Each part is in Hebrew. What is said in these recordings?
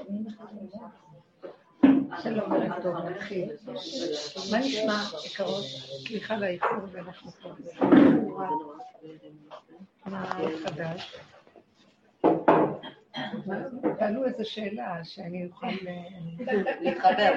שלום ערב טוב, נתחיל. מה נשמע יקרות? סליחה לאיחור ואנחנו פה. מה חדש? תעלו איזו שאלה שאני אוכל להתחבר.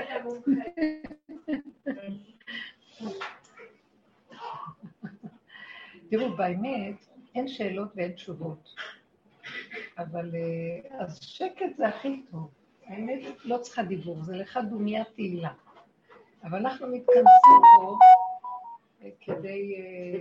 תראו, באמת אין שאלות ואין תשובות. אבל אז שקט זה הכי טוב. האמת לא צריכה דיבור, זה לך דומיית תהילה. אבל אנחנו מתכנסים פה כדי...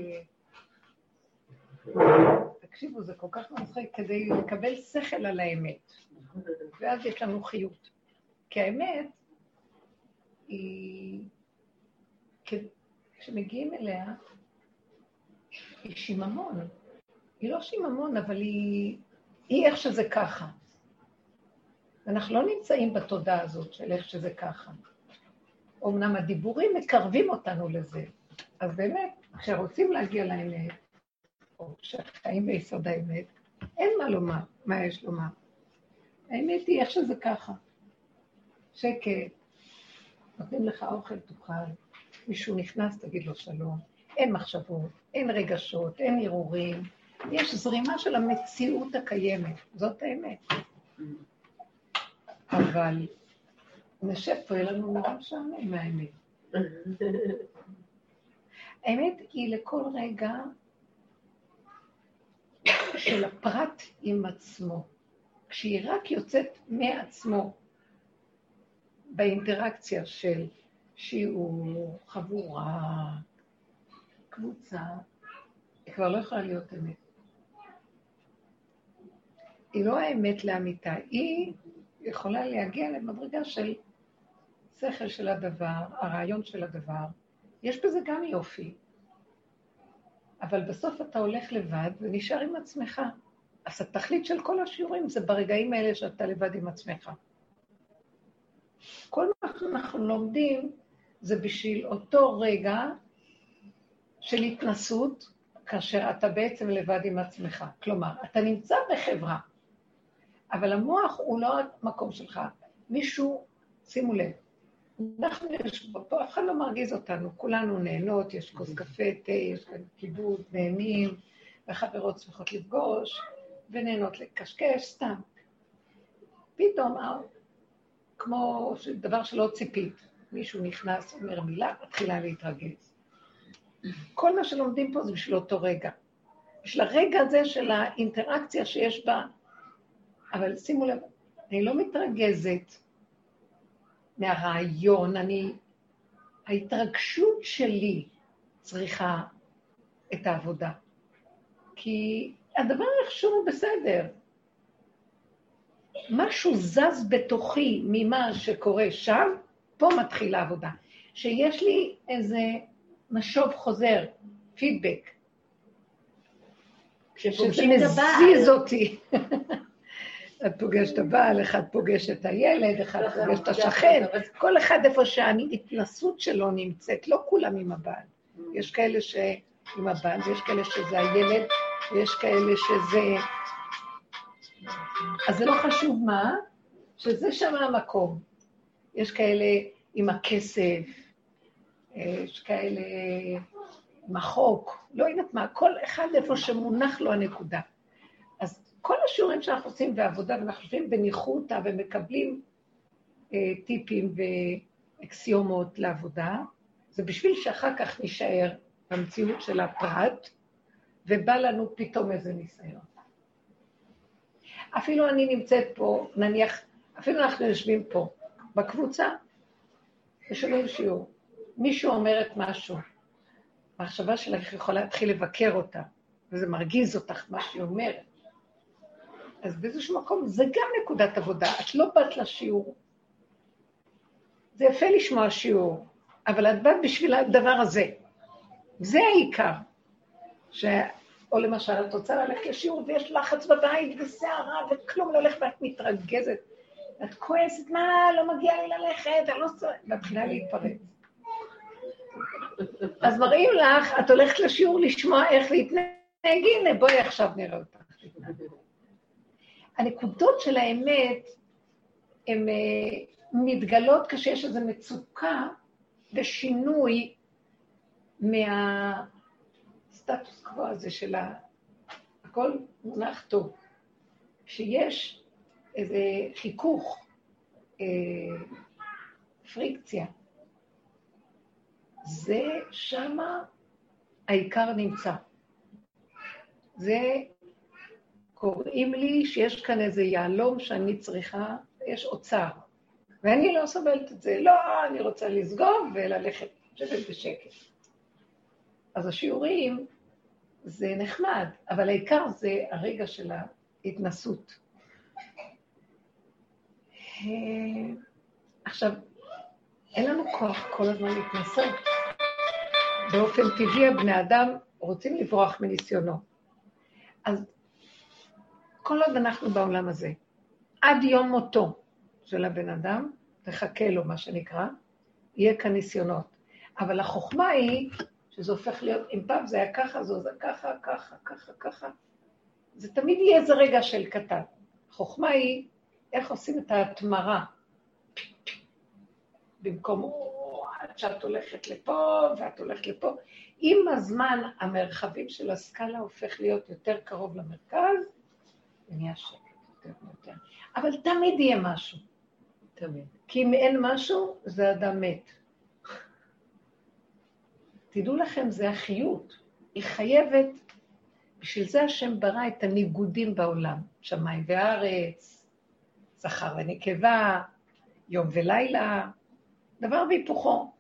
תקשיבו, זה כל כך מצחיק, כדי לקבל שכל על האמת. ואז יש לנו חיות. כי האמת היא... כשמגיעים אליה, היא שיממון. היא לא שיממון, אבל היא איך שזה ככה. אנחנו לא נמצאים בתודעה הזאת של איך שזה ככה. אמנם הדיבורים מקרבים אותנו לזה. אז באמת, כשרוצים להגיע לאמת, או כשחיים ביסוד האמת, אין מה לומר, מה יש לומר. האמת היא איך שזה ככה. שקט, נותנים לך אוכל, תאכל, מישהו נכנס, תגיד לו שלום. אין מחשבות, אין רגשות, אין ערעורים. יש זרימה של המציאות הקיימת, זאת האמת. אבל נשב פה, יהיה לנו נורא משעמם מהאמת. האמת היא לכל רגע של הפרט עם עצמו. כשהיא רק יוצאת מעצמו באינטראקציה של שיעור, חבורה, קבוצה, היא כבר לא יכולה להיות אמת. היא לא האמת לאמיתה, היא יכולה להגיע למדרגה של שכל של הדבר, הרעיון של הדבר. יש בזה גם יופי. אבל בסוף אתה הולך לבד ונשאר עם עצמך. אז התכלית של כל השיעורים זה ברגעים האלה שאתה לבד עם עצמך. כל מה שאנחנו לומדים זה בשביל אותו רגע של התנסות, כאשר אתה בעצם לבד עם עצמך. כלומר, אתה נמצא בחברה, אבל המוח הוא לא המקום שלך. מישהו, שימו לב, אנחנו יש פה, אף אחד לא מרגיז אותנו, כולנו נהנות, יש כוס קפה, תה, יש כאן כיבוד, נהנים, וחברות צריכות לפגוש, ונהנות לקשקש, סתם. פתאום, כמו דבר שלא ציפית, מישהו נכנס, אומר מילה, מתחילה להתרגז. כל מה שלומדים פה זה בשביל אותו רגע. בשביל הרגע הזה של האינטראקציה שיש בה, אבל שימו לב, אני לא מתרגזת מהרעיון, ההתרגשות שלי צריכה את העבודה. כי הדבר איכשהו הוא בסדר. משהו זז בתוכי ממה שקורה שם, פה מתחילה העבודה. שיש לי איזה משוב חוזר, פידבק. שזה מזיז אותי. את פוגשת את הבעל, אחד פוגש את הילד, אחד פוגש את השכן, כל אחד איפה שההתנסות שלו נמצאת, לא כולם עם הבעל. יש כאלה שעם הבעל, ויש כאלה שזה הילד, ויש כאלה שזה... אז זה לא חשוב מה, שזה שם המקום. יש כאלה עם הכסף, יש כאלה עם החוק, לא יודעת מה, כל אחד איפה שמונח לו הנקודה. אז כל השיעורים שאנחנו עושים בעבודה, ואנחנו חושבים בניחותא ומקבלים טיפים ואקסיומות לעבודה, זה בשביל שאחר כך נשאר במציאות של הפרט, ובא לנו פתאום איזה ניסיון. אפילו אני נמצאת פה, נניח, אפילו אנחנו יושבים פה, בקבוצה, ושומעים שיעור. מישהו אומרת משהו, המחשבה שלך יכולה להתחיל לבקר אותה, וזה מרגיז אותך מה שהיא אומרת. אז באיזשהו מקום זה גם נקודת עבודה, את לא באת לשיעור. זה יפה לשמוע שיעור, אבל את באת בשביל הדבר הזה. זה העיקר. או למשל, את רוצה ללכת לשיעור ויש לחץ בבית וסערה וכלום לא הולך ואת מתרגזת. את כועסת, מה, לא מגיע לי ללכת, אני לא צועק, מתחילה להתפרץ. אז מראים לך, את הולכת לשיעור לשמוע איך להתנהג, הנה בואי עכשיו נראה אותך. הנקודות של האמת הן מתגלות כשיש איזו מצוקה ושינוי מהסטטוס קוו הזה של הכל מונח טוב. שיש איזה חיכוך, פריקציה, זה שמה העיקר נמצא. זה קוראים לי שיש כאן איזה יעלום שאני צריכה, יש אוצר. ואני לא סובלת את זה, לא, אני רוצה לסגור וללכת, לשבת בשקט. אז השיעורים זה נחמד, אבל העיקר זה הרגע של ההתנסות. עכשיו, אין לנו כוח כל הזמן להתנסות. באופן טבעי הבני אדם רוצים לברוח מניסיונו. אז כל עוד אנחנו בעולם הזה, עד יום מותו של הבן אדם, תחכה לו מה שנקרא, יהיה כאן ניסיונות. אבל החוכמה היא שזה הופך להיות, אם פעם זה היה ככה, זה ככה, ככה, ככה, ככה. זה תמיד יהיה איזה רגע של קטן. החוכמה היא איך עושים את ההתמרה. במקום, עד שאת הולכת לפה ואת הולכת לפה. עם הזמן המרחבים של הסקאלה הופך להיות יותר קרוב למרכז, ונהיה שקט יותר ויותר. אבל תמיד יהיה משהו. תמיד. כי אם אין משהו, זה אדם מת. תדעו לכם, זה החיות. היא חייבת, בשביל זה השם ברא את הניגודים בעולם. שמיים וארץ, זכר ונקבה, יום ולילה, דבר בהיפוכו.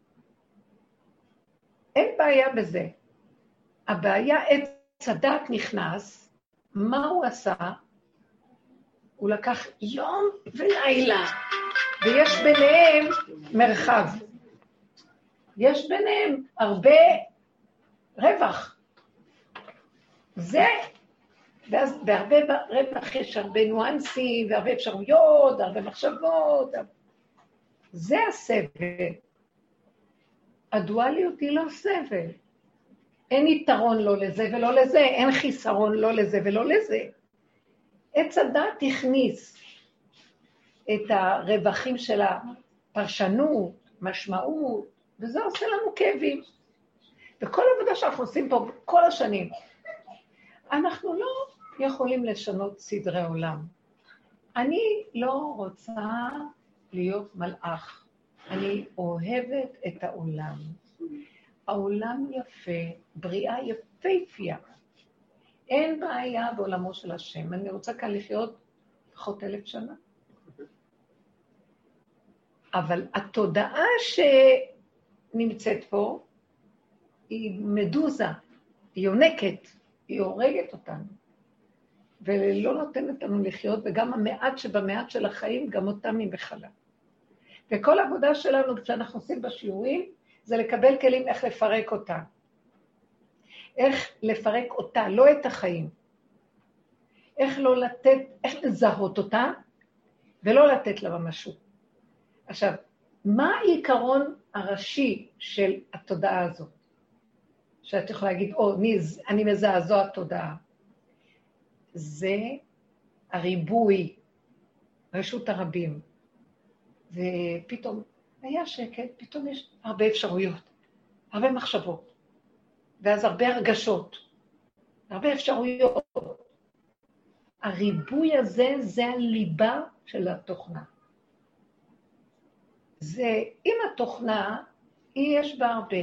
אין בעיה בזה. הבעיה, עץ הדת נכנס, מה הוא עשה? הוא לקח יום ולילה, ויש ביניהם מרחב. יש ביניהם הרבה רווח. זה, ואז בהרבה רווח יש הרבה ניואנסים, והרבה אפשרויות, הרבה מחשבות. זה הסבל. הדואליות היא לא סבל. אין יתרון לא לזה ולא לזה, אין חיסרון לא לזה ולא לזה. עץ הדת הכניס את הרווחים של הפרשנות, משמעות, וזה עושה לנו כאבים. וכל העבודה שאנחנו עושים פה כל השנים, אנחנו לא יכולים לשנות סדרי עולם. אני לא רוצה להיות מלאך. אני אוהבת את העולם. העולם יפה, בריאה יפהפייה. אין בעיה בעולמו של השם. אני רוצה כאן לחיות פחות 1,000 שנה. אבל התודעה שנמצאת פה היא מדוזה, היא יונקת, היא הורגת אותנו. ולא נותנת לנו לחיות, וגם המעט שבמעט של החיים, גם אותם היא מחלה. וכל העבודה שלנו, כשאנחנו עושים בשיעורים, זה לקבל כלים איך לפרק אותה. איך לפרק אותה, לא את החיים. איך לא לתת, איך לזהות אותה, ולא לתת לה ממשות. עכשיו, מה העיקרון הראשי של התודעה הזאת? שאת יכולה להגיד, אני מזהה, זו התודעה. זה הריבוי, רשות הרבים. ופתאום היה שקט, פתאום יש הרבה אפשרויות, הרבה מחשבות, ואז הרבה הרגשות, הרבה אפשרויות. הריבוי הזה, זה הליבה של התוכנה. זה, אם התוכנה, יש בה הרבה.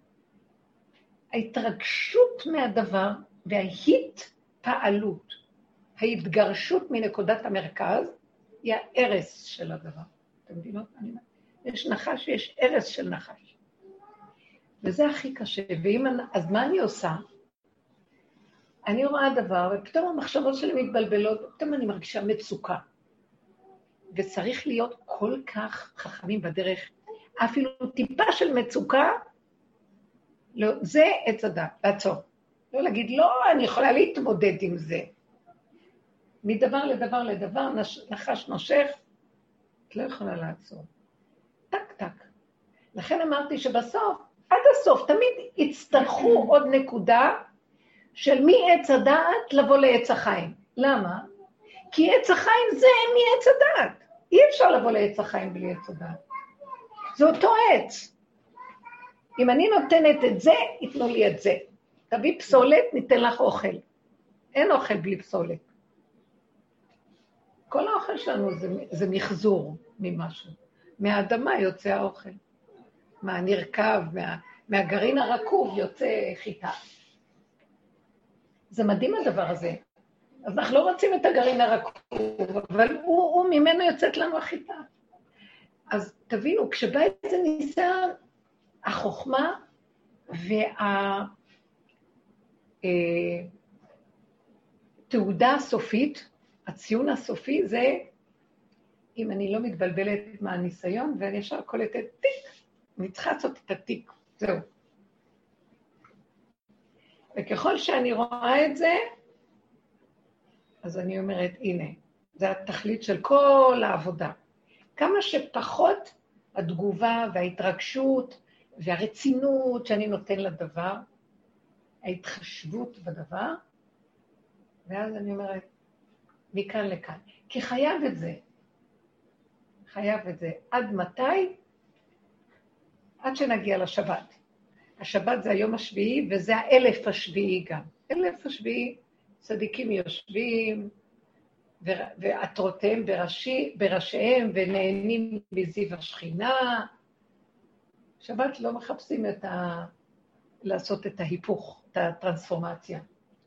ההתרגשות מהדבר וההתפעלות, ההתגרשות מנקודת המרכז, היא הערס של הדבר. אתם מבינות? יש נחש ויש ערס של נחש. וזה הכי קשה. אז מה אני עושה? אני רואה דבר, ופתאום המחשבות שלי מתבלבלות, ופתאום אני מרגישה מצוקה. וצריך להיות כל כך חכמים בדרך, אפילו טיפה של מצוקה, לא, זה עץ הדת, לעצור. לא להגיד, לא, אני יכולה להתמודד עם זה. מדבר לדבר לדבר, נחש נושך, את לא יכולה לעצור. טק, טק. לכן אמרתי שבסוף, עד הסוף, תמיד יצטרכו עוד נקודה של מעץ הדעת לבוא לעץ החיים. למה? כי עץ החיים זה מעץ הדעת. אי אפשר לבוא לעץ החיים בלי עץ הדעת. זה אותו עץ. אם אני נותנת את זה, יתנו לי את זה. תביא פסולת, ניתן לך אוכל. אין אוכל בלי פסולת. כל האוכל שלנו זה מחזור ממשהו. מהאדמה יוצא האוכל. מהנרכב, מהגרעין הרקוב יוצא חיטה. זה מדהים הדבר הזה. אז אנחנו לא רוצים את הגרעין הרקוב, אבל הוא ממנו יוצאת לנו החיטה. אז תבינו, כשבא איזה ניסיון, החוכמה והתעודה הסופית, הציון הסופי זה, אם אני לא מתבלבלת מהניסיון, ואני ישר קולטת תיק, אני צריכה לעשות את התיק, זהו. וככל שאני רואה את זה, אז אני אומרת, הנה, זה התכלית של כל העבודה. כמה שפחות התגובה וההתרגשות והרצינות שאני נותן לדבר, ההתחשבות בדבר, ואז אני אומרת, מכאן לכאן. כי חייב את זה. חייב את זה. עד מתי? עד שנגיע לשבת. השבת זה היום השביעי, וזה האלף השביעי גם. אלף השביעי, צדיקים יושבים, ועטרותיהם בראשיהם, ונהנים בזיו השכינה. שבת לא מחפשים לעשות את ההיפוך, את הטרנספורמציה.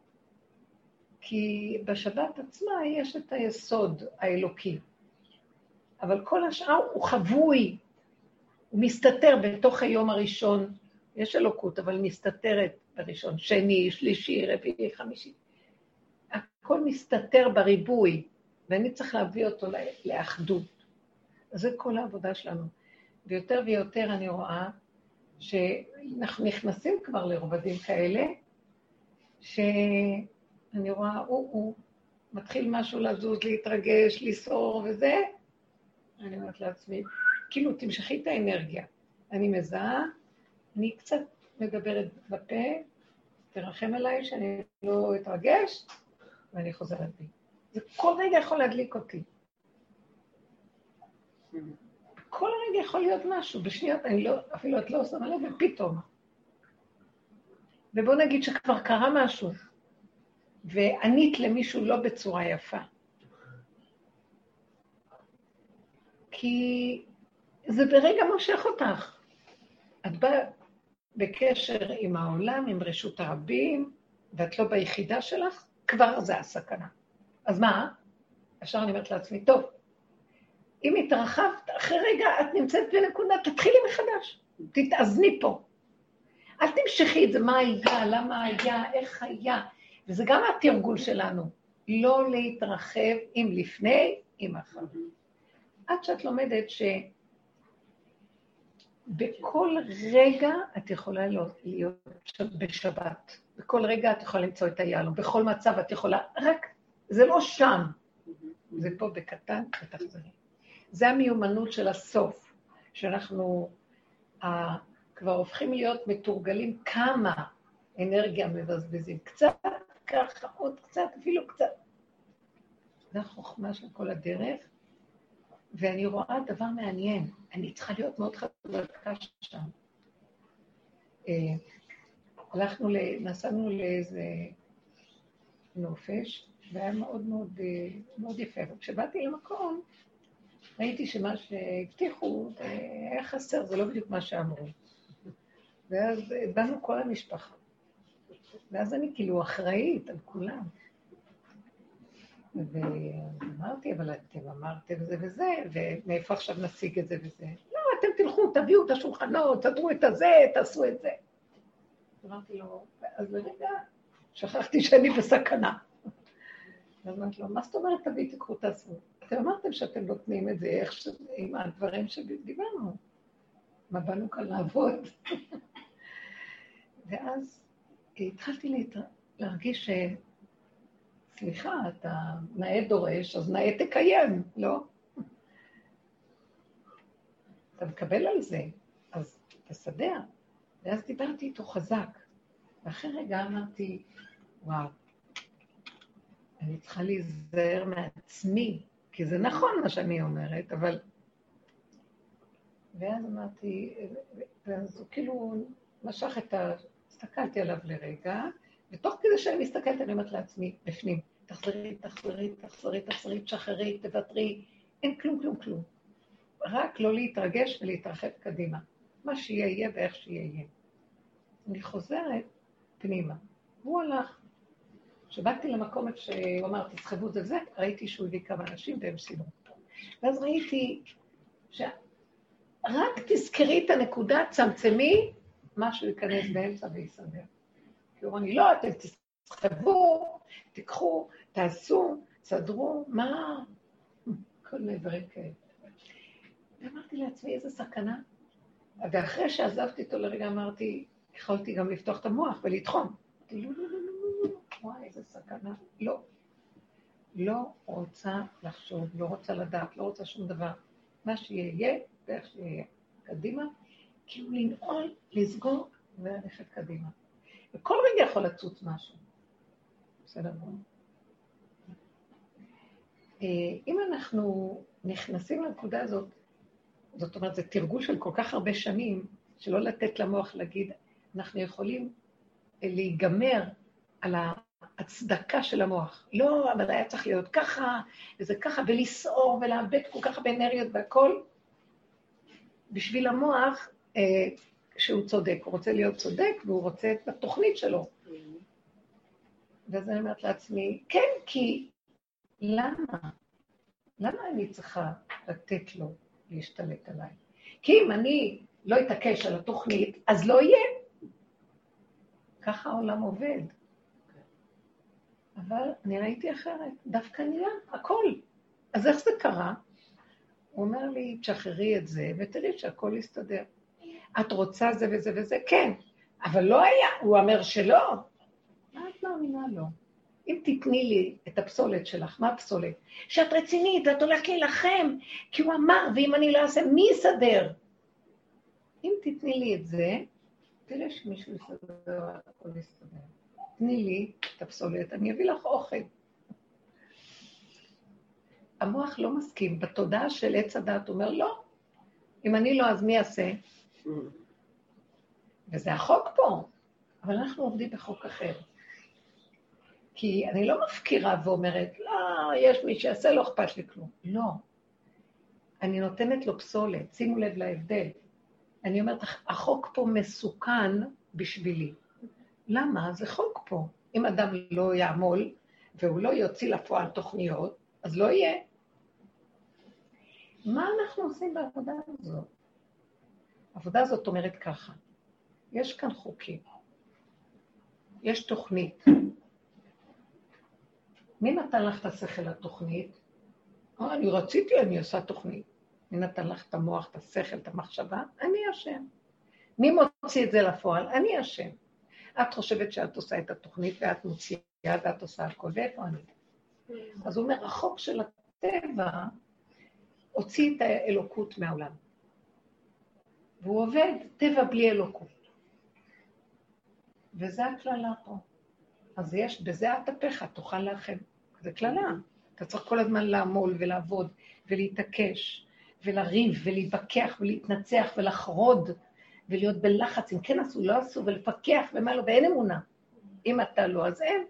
כי בשבת עצמה יש את היסוד האלוקי. אבל כל השאר הוא חבוי, הוא מסתתר בתוך היום הראשון. יש אלוקות, אבל מסתתרת בראשון, שני, שלישי, רביעי, חמישי. הכל מסתתר בריבוי, ואני צריך להביא אותו לאחדות. אז זה כל העבודה שלנו. ויותר ויותר אני רואה שאנחנו נכנסים כבר לרבדים כאלה, שאני רואה, הוא מתחיל משהו לזוז, להתרגש, לסעור וזה, אני אומרת לעצמי, כאילו תמשכי את האנרגיה. אני מזהה, אני קצת מדברת בפה, תרחם עליי שאני לא אתרגש, ואני חוזרת בי. זה כל רגע יכול להדליק אותי. כל רגע יכול להיות משהו, בשניות, אפילו את לא עושה מלא, ופתאום. ובוא נגיד שכבר קרה משהו, וענית למישהו לא בצורה יפה. כי זה ברגע מושך אותך. את באה בקשר עם העולם, עם רשות הרבים, ואת לא ביחידה שלך, כבר זה הסכנה. אז מה? אפשר אני אומרת לעצמי, טוב, אם התרחבת, אחרי רגע את נמצאת בנקודה, תתחילי מחדש, תתאזני פה. אל תמשכי את זה, מה היה, למה היה, איך היה, וזה גם התרגול שלנו, לא להתרחב עם לפני, עם אחר. עד שאת לומדת שבכל רגע את יכולה להיות בשבת, בכל רגע את יכולה למצוא את היעלום, בכל מצב את יכולה, רק זה לא שם, זה פה בקטן ותחזרי. זה המיומנות של הסוף, שאנחנו כבר הופכים להיות מתורגלים כמה אנרגיה מבזבזים, קצת ככה, עוד קצת, אפילו קצת. זה החוכמה של כל הדרך, ואני רואה דבר מעניין, אני צריכה להיות מאוד חזקה שם. נסענו לאיזה נופש, והיה מאוד מאוד, מאוד יפה. וכשבאתי למקום, ראיתי שמה שהבטיחו היה חסר, זה לא בדיוק מה שאמרו. ואז באנו כל המשפחה. ואז אני כאילו אחראית על כולם. ואמרתי, אבל אתם אמרתם זה וזה, ומאיפה עכשיו נשיג את זה וזה? לא, אתם תלכו, תביאו את השולחנות, תדרו את הזה, תעשו את זה. אמרתי לו, אז לרגע, שכחתי שאני בסכנה. אז אמרתי לו, מה זאת אומרת תביא, תקחו, תעשו? אתם אמרתם שאתם נותנים את זה, איך עם הדברים שדיברנו. מה באנו כאן לעבוד? ואז התחלתי להרגיש סליחה, אתה נאה דורש, אז נאה תקיים, לא? אתה מקבל על זה, אז תסדר. ואז דיברתי איתו חזק. ואחרי רגע אמרתי, וואו, אני צריכה להיזהר מעצמי, כי זה נכון מה שאני אומרת, אבל... ואז אמרתי, ואז הוא כאילו משך את ה... הסתכלתי עליו לרגע, ותוך כדי שאני מסתכלת, אני אומרת לעצמי, בפנים, תחזרי, תחזרי, תחזרי, תחזרי, תשחררי, תוותרי, אין כלום, כלום, כלום. רק לא להתרגש ולהתרחב קדימה. מה שיהיה יהיה ואיך שיהיה יהיה. אני חוזרת פנימה. הוא הלך. כשבאתי למקום שהוא אמר, תסחבו את זה, ראיתי שהוא הביא כמה אנשים והם סיימו. ואז ראיתי רק תזכרי את הנקודה, צמצמי, משהו ייכנס באמצע ויסדר. כי הוא אומר לי, לא, אתם תסחבו, תיקחו, תעשו, תסדרו, מה? כל מיני דברים כאלה. ואמרתי לעצמי, איזה סכנה. ואחרי שעזבתי אותו לרגע, אמרתי, יכולתי גם לפתוח את המוח ולתחום. אמרתי, לא, לא, לא, לא, לא, וואי, איזה סכנה. לא. לא רוצה לחשוב, לא רוצה לדעת, לא רוצה שום דבר. מה שיהיה, ואיך שיהיה. קדימה, כאילו לנעול, לסגור וללכת קדימה. וכל רגע יכול לצוץ משהו. בסדר בוא. אם אנחנו נכנסים לנקודה הזאת, זאת אומרת, זה תרגול של כל כך הרבה שנים, שלא לתת למוח להגיד, אנחנו יכולים להיגמר על ההצדקה של המוח. לא, אבל היה צריך להיות ככה, וזה ככה, ולסעור ולאבד כל כך הרבה אנרגיות והכל, בשביל המוח, שהוא צודק. הוא רוצה להיות צודק, והוא רוצה את התוכנית שלו. ואז אני אומרת לעצמי, כן, כי למה? למה אני צריכה לתת לו להשתלט עליי? כי אם אני לא אתעקש על התוכנית, אז לא יהיה. ככה העולם עובד. אבל אני ראיתי אחרת, דווקא נהיה הכל. אז איך זה קרה? הוא אומר לי, תשחררי את זה, ותראי שהכל יסתדר. את רוצה זה וזה וזה? כן. אבל לא היה, הוא אומר שלא. מה את מאמינה לו? אם תתני לי את הפסולת שלך, מה הפסולת? שאת רצינית, ואת הולכת להילחם, כי הוא אמר, ואם אני לא אעשה, מי יסדר? אם תתני לי את זה, תראה שמישהו יסדר, הכל יסתדר. תני לי את הפסולת, אני אביא לך אוכל. המוח לא מסכים, בתודעה של עץ הדת אומר, לא, אם אני לא, אז מי יעשה? וזה החוק פה, אבל אנחנו עובדים בחוק אחר. כי אני לא מפקירה ואומרת, לא, יש מי שיעשה, לא אכפת לי כלום. לא. אני נותנת לו פסולת, שימו לב להבדל. אני אומרת, החוק פה מסוכן בשבילי. למה? זה חוק פה. אם אדם לא יעמול, והוא לא יוציא לפועל תוכניות, אז לא יהיה. מה אנחנו עושים בעבודה הזאת? העבודה הזאת אומרת ככה, יש כאן חוקים, יש תוכנית. מי נתן לך את השכל לתוכנית? אני רציתי, אני עושה תוכנית. מי נתן לך את המוח, את השכל, את המחשבה? אני אשם. מי מוציא את זה לפועל? אני אשם. את חושבת שאת עושה את התוכנית ואת מוציאה ואת עושה הכל, ואיפה אני? אז הוא אומר, החוק של הטבע הוציא את האלוקות מהעולם. והוא עובד טבע בלי אלוקות. וזה הכללה פה. אז יש, בזה התהפך, תאכל לכם. זה כללה. אתה צריך כל הזמן לעמול ולעבוד ולהתעקש ולריב ולהתווכח ולהתנצח ולחרוד ולהיות בלחץ, אם כן עשו, לא עשו, ולפקח ומה לא, ואין אמונה. אם אתה לא, אז אין.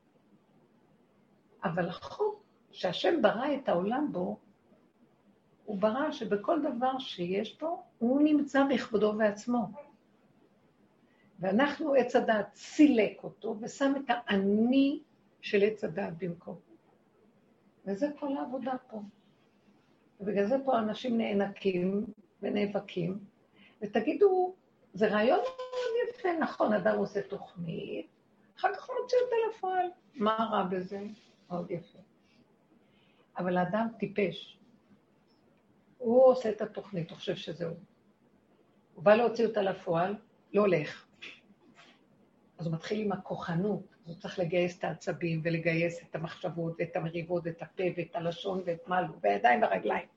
אבל החוק שהשם ברא את העולם בו, הוא ברא שבכל דבר שיש פה, הוא נמצא בכבודו ועצמו. ואנחנו, עץ הדעת, סילק אותו, ושם את האני של עץ הדעת במקום. וזה כל העבודה פה. ובגלל זה פה אנשים נאנקים ונאבקים, ותגידו, זה רעיון מאוד יפה, נכון, אדם עושה תוכנית, אחר כך מוציא אותה לפועל. מה רע בזה? מאוד יפה. אבל האדם טיפש. הוא עושה את התוכנית, הוא חושב שזהו. הוא בא להוציא אותה לפועל, לא הולך. אז הוא מתחיל עם הכוחנות, הוא צריך לגייס את העצבים ולגייס את המחשבות ואת המריבות ואת הפה ואת הלשון ואת מה לו, והידיים והרגליים.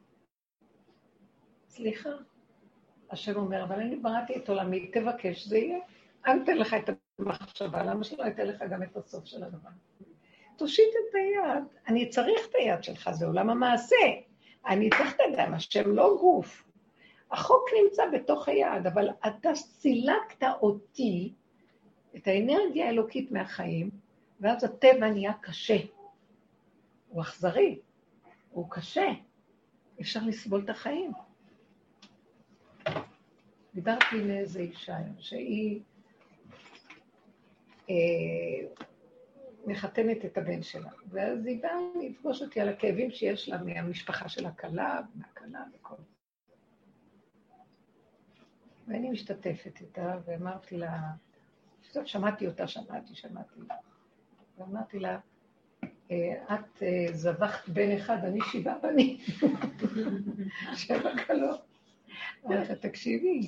סליחה, השם אומר, אבל אני בראתי את עולמי, תבקש, זה יהיה. אני אתן לך את המחשבה, למה שלא אתן לך גם את הסוף של הדבר? תושיט את היד. אני צריך את היד שלך, זה עולם המעשה. אני צריך את היד, השם לא גוף. החוק נמצא בתוך היד, אבל אתה סילקת אותי, את האנרגיה האלוקית מהחיים, ואז הטבע נהיה קשה. הוא אכזרי, הוא קשה. אפשר לסבול את החיים. דיברתי לאיזו אישה שהיא מחתנת את הבן שלה, ואז היא באה לפגוש אותי על הכאבים שיש לה מהמשפחה של הכלה, מהכלה וכל. ואני משתתפת איתה, ואמרתי לה, שמעתי אותה, שמעתי. ואמרתי לה, את זבחת בן אחד, אני 7 בנים. 7 כלות. אמרתי לה, תקשיבי.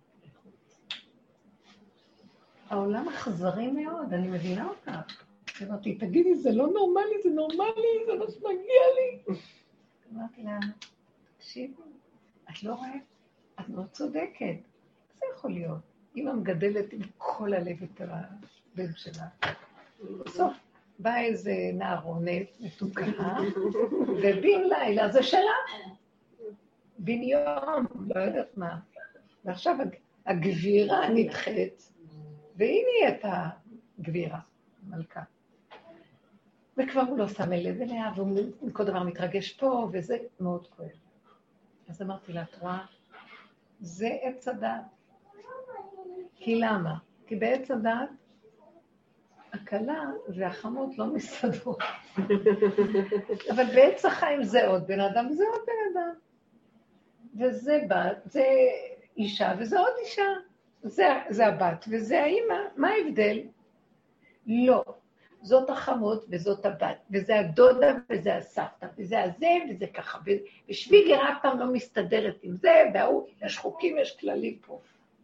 העולם אכזרי מאוד, אני מבינה אותה. אמרתי, תגידי, זה לא נורמלי, זה נורמלי, זה מה שמגיע לי. אמרתי לה, תקשיבי, את לא רואה? את לא צודקת. זה יכול להיות. אמא מגדלת עם כל הלב את הבן שלה. בסוף, באה איזה נערונת מתוקה, ובין לילה זה שלה. בין יום, לא יודעת מה. ועכשיו הגבירה נדחית, והיא נהיית הגבירה, מלכה. וכבר הוא לא שם לב אליה, והוא כל דבר מתרגש פה, וזה מאוד כואב. אז אמרתי לה, את רואה, זה עץ הדעת. כי למה? כי בעץ הדעת, הקלה והחמות לא מסתדרות. אבל בעץ החיים זה עוד בן אדם, וזה עוד בן אדם. וזה בת, זה אישה, וזה עוד אישה. זה הבת, וזה האמא. מה ההבדל? לא. זאת החמות וזאת הבת, וזה הדודה וזה הסבתא, וזה הזה וזה ככה. ושוויגר אף פעם לא מסתדרת עם זה, והוא, יש חוקים, יש כללים פה.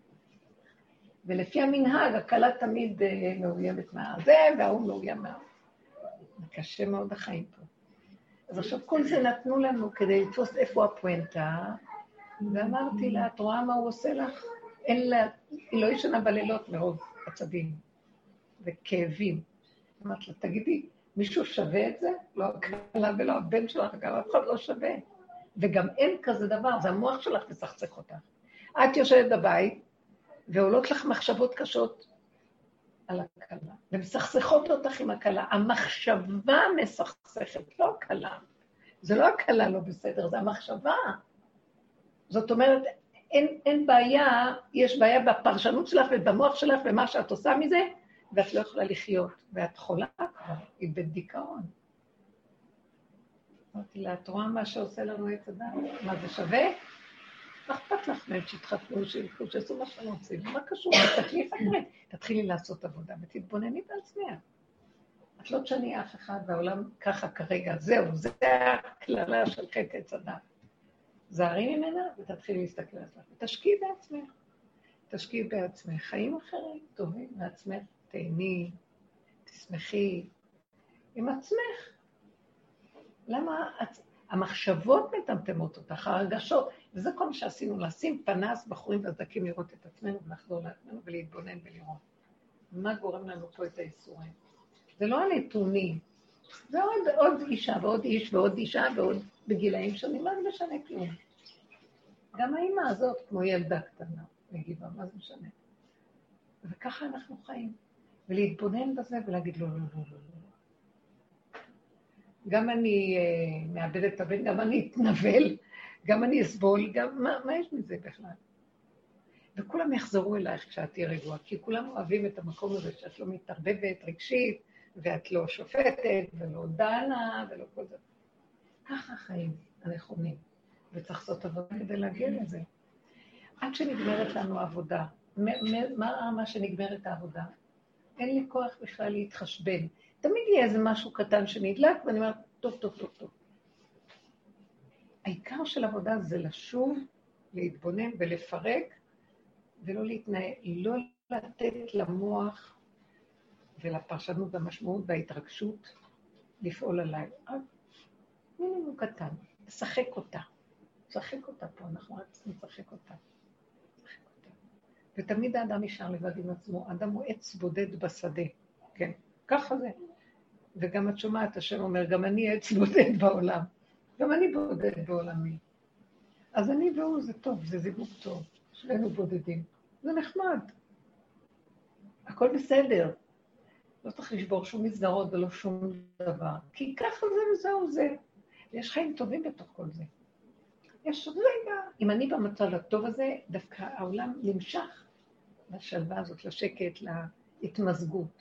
ולפי המנהג, הקלה תמיד מאוימת מהזה, והוא מאוים מה... קשה מאוד החיים פה. אז עכשיו כל זה נתנו לנו כדי לתפוס איפה הפואנטה, ואמרתי לה, את רואה מה הוא עושה לך? אין לה, היא לא ישנה בלילות מרוב עצבים וכאבים. אמרתי לה, תגידי, מישהו שווה את זה? לא הקלה ולא הבן שלך, גם אף אחד לא שווה. וגם אין כזה דבר, זה המוח שלך מסכסך אותך. את יושבת בבית, ועולות לך מחשבות קשות על הקלה, ומסכסכות אותך עם הקלה. המחשבה מסכסכת, לא הקלה. זה לא הקלה לא בסדר, זה המחשבה. זאת אומרת, אין בעיה, יש בעיה בפרשנות שלך ובמוח שלך ומה שאת עושה מזה, ואת לא יכולה לחיות, ואת חולה כבר, היא בדיכאון. אמרתי לה, את רואה מה שעושה לנו את אדם? מה זה שווה? מה אכפת לך מהם שהתחתנו, שילכו, שעשו מה שהם רוצים? מה קשור? תתחילי לעשות עבודה ותתבונני בעצמך. את לא תשני אף אחד והעולם ככה כרגע, זהו, זה הכללה של חטא עץ הדת. זהרי ממנה ותתחילי להסתכל על עצמך. ותשקיעי בעצמך. תשקיעי בעצמך. חיים אחרים טובים מעצמך. תהני, תשמחי עם עצמך. למה המחשבות מטמטמות אותך, הרגשות, וזה כל מה שעשינו, לשים פנס בחורים וזקים לראות את עצמנו ולחזור לעצמנו ולהתבונן ולראות. מה גורם לנו פה את האיסורים? זה לא הנתונים, זה עוד אישה ועוד איש ועוד אישה ועוד בגילאים שונים, מה זה משנה כלום? גם האמא הזאת כמו ילדה קטנה, מגיבה, מה זה משנה? וככה אנחנו חיים, ולהתבונן בזה ולהגיד לא, לא, לא, לא, לא. גם אני מאבד את הבן, גם אני אתנבל, גם אני אסבול, גם מה יש מזה בכלל? וכולם יחזרו אלייך כשאת תהיה רגועה, כי כולם אוהבים את המקום הזה שאת לא מתערבבת רגשית, ואת לא שופטת, ולא דנה, ולא כל זה. ככה החיים הנכונים, וצריך לעשות עבודה כדי להגיע לזה. עד שנגמרת לנו העבודה, מה שנגמרת העבודה? אין לי כוח בכלל להתחשבן. תמיד יהיה איזה משהו קטן שנדלק, ואני אומרת, טוב, טוב, טוב, טוב. העיקר של עבודה זה לשוב, להתבונן ולפרק, ולא להתנהל, לא לתת למוח ולפרשנות והמשמעות וההתרגשות לפעול עליי. מינימום קטן, לשחק אותה. לשחק אותה פה, אנחנו רק צריכים לשחק אותה. ותמיד האדם נשאר לבד עם עצמו, האדם הוא עץ בודד בשדה, כן, ככה זה. וגם את שומעת, השם אומר, גם אני עץ בודד בעולם. גם אני בודד בעולמי. אז אני והוא זה טוב, זה זיווג טוב. שנינו בודדים. זה נחמד. הכל בסדר. לא צריך לשבור שום מסגרות ולא שום דבר. כי ככה זה וזהו זה. יש חיים טובים בתוך כל זה. יש רגע, אם אני במצב הטוב הזה, דווקא העולם נמשך לשלווה הזאת, לשקט, להתמזגות.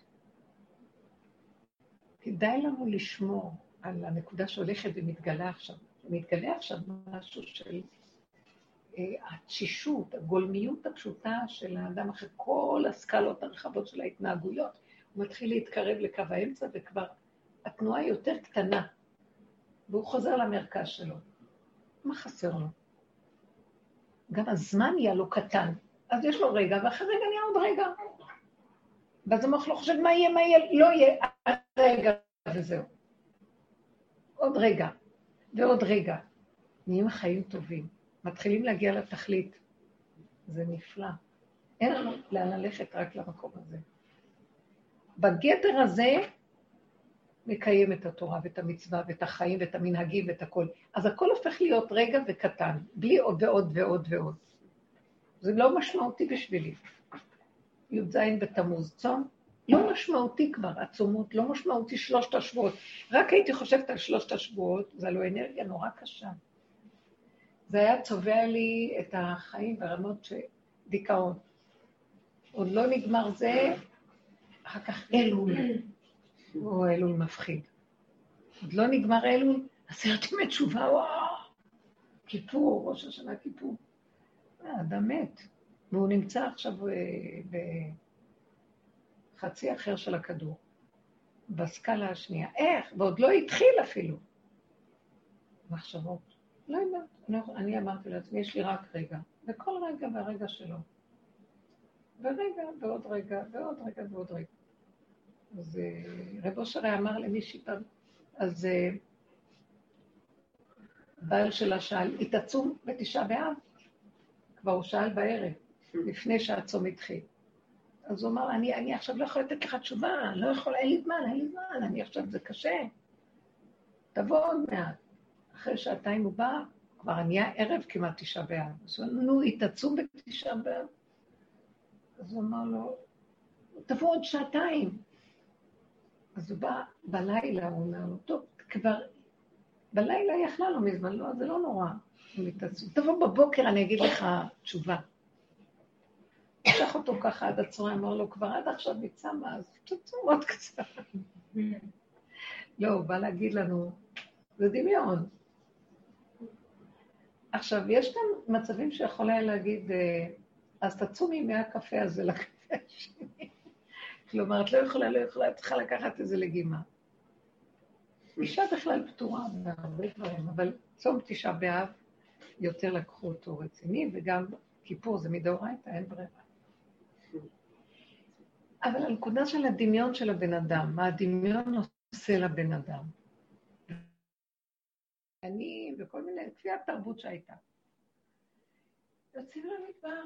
כדאי לנו לשמור על הנקודה שהולכת ומתגלה עכשיו. מתגלה עכשיו משהו של התשישות, הגולמיות הפשוטה של האדם אחרי כל הסקלות הרחבות של ההתנהגויות. הוא מתחיל להתקרב לקו האמצע וכבר התנועה יותר קטנה, והוא חוזר למרכז שלו. מה חסר לו? גם הזמן יהיה לו קטן, אז יש לו רגע, ואחרי רגע נהיה עוד רגע. ואז המוח לא חושב מה יהיה, לא יהיה, רגע וזהו. עוד רגע, ועוד רגע. נהיים חיים טובים, מתחילים להגיע לתכלית. זה נפלא. אין לנו לאן ללכת רק למקום הזה. בגדר הזה מקיים את התורה ואת המצווה ואת החיים ואת המנהגים ואת הכל. אז הכל הופך להיות רגע וקטן, בלי עוד ועוד ועוד ועוד. זה לא משמעותי בשבילי. י"ז בתמוז, צום, לא משמעותי כבר, הצומות, לא משמעותי 3 השבועות. רק הייתי חושבת על 3 השבועות, זה לא אנרגיה נורא קשה. זה היה צובע לי את החיים ברמות שדיכאון. עוד לא נגמר זה, אחר כך אלול. או אלול מפחיד. עוד לא נגמר אלול, 10 ימי תשובה, וואו. כיפור, ראש השנה כיפור. אדם מת. והוא נמצא עכשיו בחצי אחר של הכדור. בסקאלה השנייה. איך? ועוד לא התחיל אפילו. מחשבות. לא יודעת. אני אמרתי לעצמי, יש לי רק רגע. וכל רגע והרגע שלו. ורגע ועוד רגע ועוד רגע ועוד רגע. אז רב אושר אמר למישהי פעם, אז בעל שלה שאל, היא תצום ב9 באב? כבר הוא שאל בערב, לפני שהצום התחיל. אז הוא אמר, אני עכשיו לא יכול לתת לך תשובה, לא יכול, אין לי זמן, אני עכשיו, זה קשה. תבוא עוד מעט. אחרי 2 שעתיים הוא בא, כבר נהיה ערב כמעט 9 באב. אז הוא אמר, נו, היא תצום ב9 באב? אז הוא אמר לו, תבוא עוד 2 שעתיים. אז הוא בא בלילה, הוא אומר לו, טוב, כבר בלילה יכלה לו מזמן, לא, זה לא נורא. תבוא בבוקר, אני אגיד לך תשובה. המשך אותו ככה עד הצהריים, אמר לו, כבר עד עכשיו מצמה, אז תצום עוד קצת. לא, הוא בא להגיד לנו, זה דמיון. עכשיו, יש גם מצבים שיכול היה להגיד, אז תצומי מהקפה הזה לקפה השני. כלומר, את לא יכולה, את צריכה לקחת איזה לגימה. אישה בכלל פתורה בהרבה דברים, אבל צום 9 באב יותר לקחו אותו רציני, וגם כיפור זה מדאורייתא, אין ברירה. אבל הנקודה של הדמיון של הבן אדם, מה הדמיון עושה לבן אדם? אני וכל מיני, כפי התרבות שהייתה. יוצאים למדבר.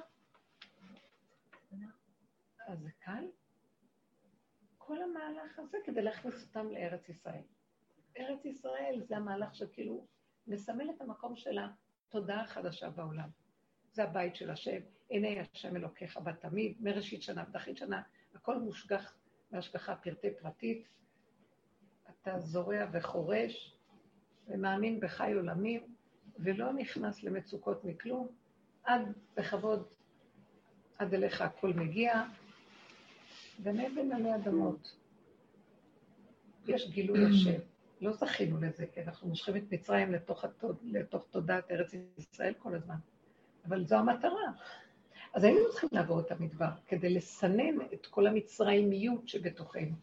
אז זה קל? כל המהלך הזה כדי להכניס אותם לארץ ישראל. ארץ ישראל זה המהלך שכאילו מסמל את המקום של התודעה החדשה בעולם. זה הבית של השם, עיני השם אלוקיך בתמיד, מראשית שנה ודחית שנה, הכל מושגח בהשגחה פרטי פרטית. אתה זורע וחורש ומאמין בחי עולמים, ולא נכנס למצוקות מכלום, עד בכבוד, עד אליך הכל מגיע, ונבן עלי אדמות. יש גילוי השם. לא זכינו לזה, כי אנחנו מושכים את מצרים לתוך תודעת ארץ ישראל כל הזמן. אבל זו המטרה. אז היינו צריכים לעבור את המדבר, כדי לסנן את כל המצרימיות שבתוכנו.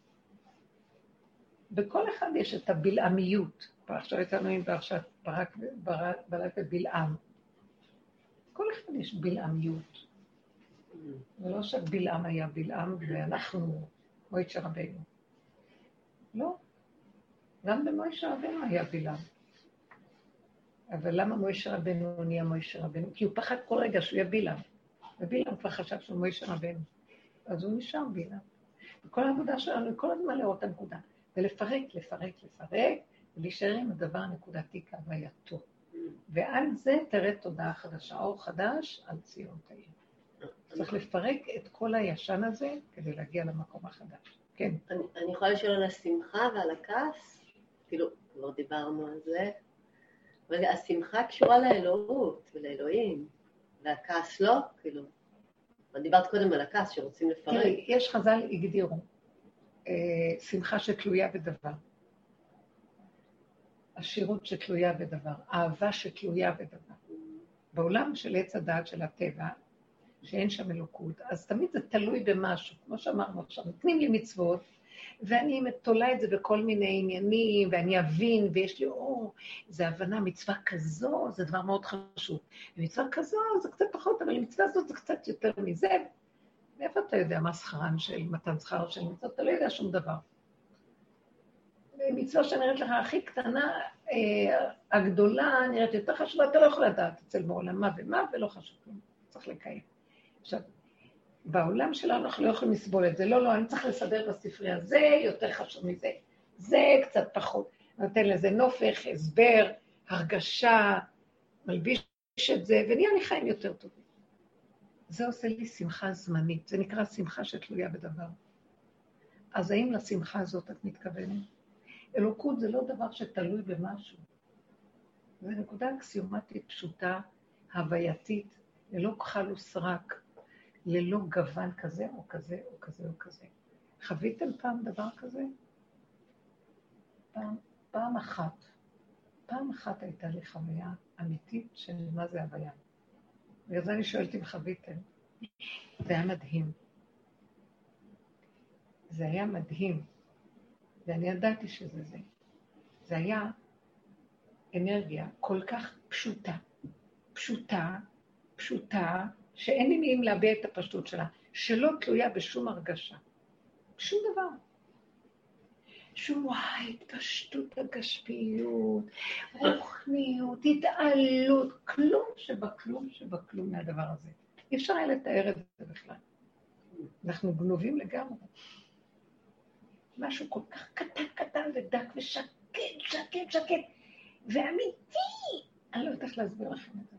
בכל אחד יש את הבלעמיות. עכשיו יצאנו עם פרשת בלק ובלעם. כל אחד יש בלעמיות. ולא שבלעם היה בלעם ואנחנו מוישה רבנו. לא. גם במוישה רבנו היה בלעם. אבל למה מוישה רבנו נהיה מוישה רבנו? כי הוא פחד כל רגע שהוא יהיה בלעם. ובלעם כבר חשב שהוא מוישה רבנו. אז הוא נשאר בלעם. וכל העבודה שלנו היא כל הזמן לראות הנקודה. ולפרק, ולהישאר עם הדבר הנקודתי כהווייתו. ועל זה תראה תודעה חדשה, אור חדש על ציון תאיר. צריך לפרק את כל הישן הזה כדי להגיע למקום החדש. כן. אני יכולה לשאול על השמחה ועל הכעס? כאילו, כבר דיברנו על זה. אבל השמחה קשורה לאלוהות ולאלוהים, והכעס לא, כאילו. אבל דיברת קודם על הכעס שרוצים לפרק. תראי, יש חז"ל הגדירו, שמחה שתלויה בדבר. עשירות שתלויה בדבר, אהבה שתלויה בדבר. בעולם של עץ הדעת של הטבע, שאין שם אלוקות, אז תמיד זה תלוי במשהו. כמו שאמרנו עכשיו, נותנים לי מצוות, ואני תולה את זה בכל מיני עניינים, ואני אבין, ויש לי, זה הבנה, מצווה כזו, זה דבר מאוד חשוב. ומצווה כזו זה קצת פחות, אבל מצווה הזאת זה קצת יותר מזה. מאיפה אתה יודע מה שכרן של מתן שכר של מצוות? אתה לא יודע שום דבר. מצווה שנראית לך הכי קטנה, הגדולה נראית יותר חשובה, אתה לא יכול לדעת אצל בעולם מה ומה, ולא חשוב, צריך לקיים. עכשיו, בעולם שלנו אנחנו לא יכולים לסבול את זה, לא, אני צריך לסדר בספרייה, זה יותר חשוב מזה, זה קצת פחות, נותן לזה נופך, הסבר, הרגשה, מלביש את זה, ונהיה לי חיים יותר טובים. זה עושה לי שמחה זמנית, זה נקרא שמחה שתלויה בדבר. אז האם לשמחה הזאת את מתכוונת? אלוקות זה לא דבר שתלוי במשהו. זו נקודה אקסיומטית פשוטה, הווייתית, ללא כחל וסרק, ללא גוון כזה או כזה או כזה או כזה. חוויתם פעם דבר כזה? פעם אחת הייתה לי חוויה אמיתית של מה זה הוויה. בגלל זה אני שואלת אם חוויתם. זה היה מדהים. זה היה מדהים. ואני ידעתי שזה זה. זה היה אנרגיה כל כך פשוטה, שאין לי מילים להביע את הפשטות שלה, שלא תלויה בשום הרגשה. שום דבר. שום התפשטות הגשפיות, רוחניות, התעלות, כלום שבכלום מהדבר הזה. אי אפשר היה לתאר את זה בכלל. אנחנו גנובים לגמרי. משהו כל כך קטן ודק ושקט, ואמיתי. אני לא יודעת להסביר לכם את זה.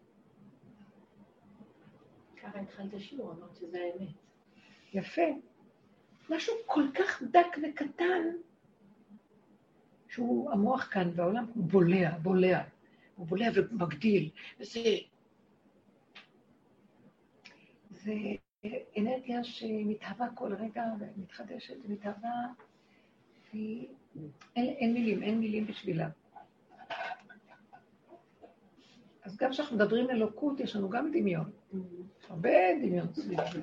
ככה התחלת שיעור, אמרת שזה האמת. יפה. משהו כל כך דק וקטן, שהוא המוח כאן והעולם הוא בולע. הוא בולע ומגדיל. זה אנרגיה שמתהווה כל רגע ומתחדשת ומתהווה. אין מילים בשבילה. אז גם כשאנחנו מדברים אלוקות, יש לנו גם דמיון. הרבה דמיון סביב זה.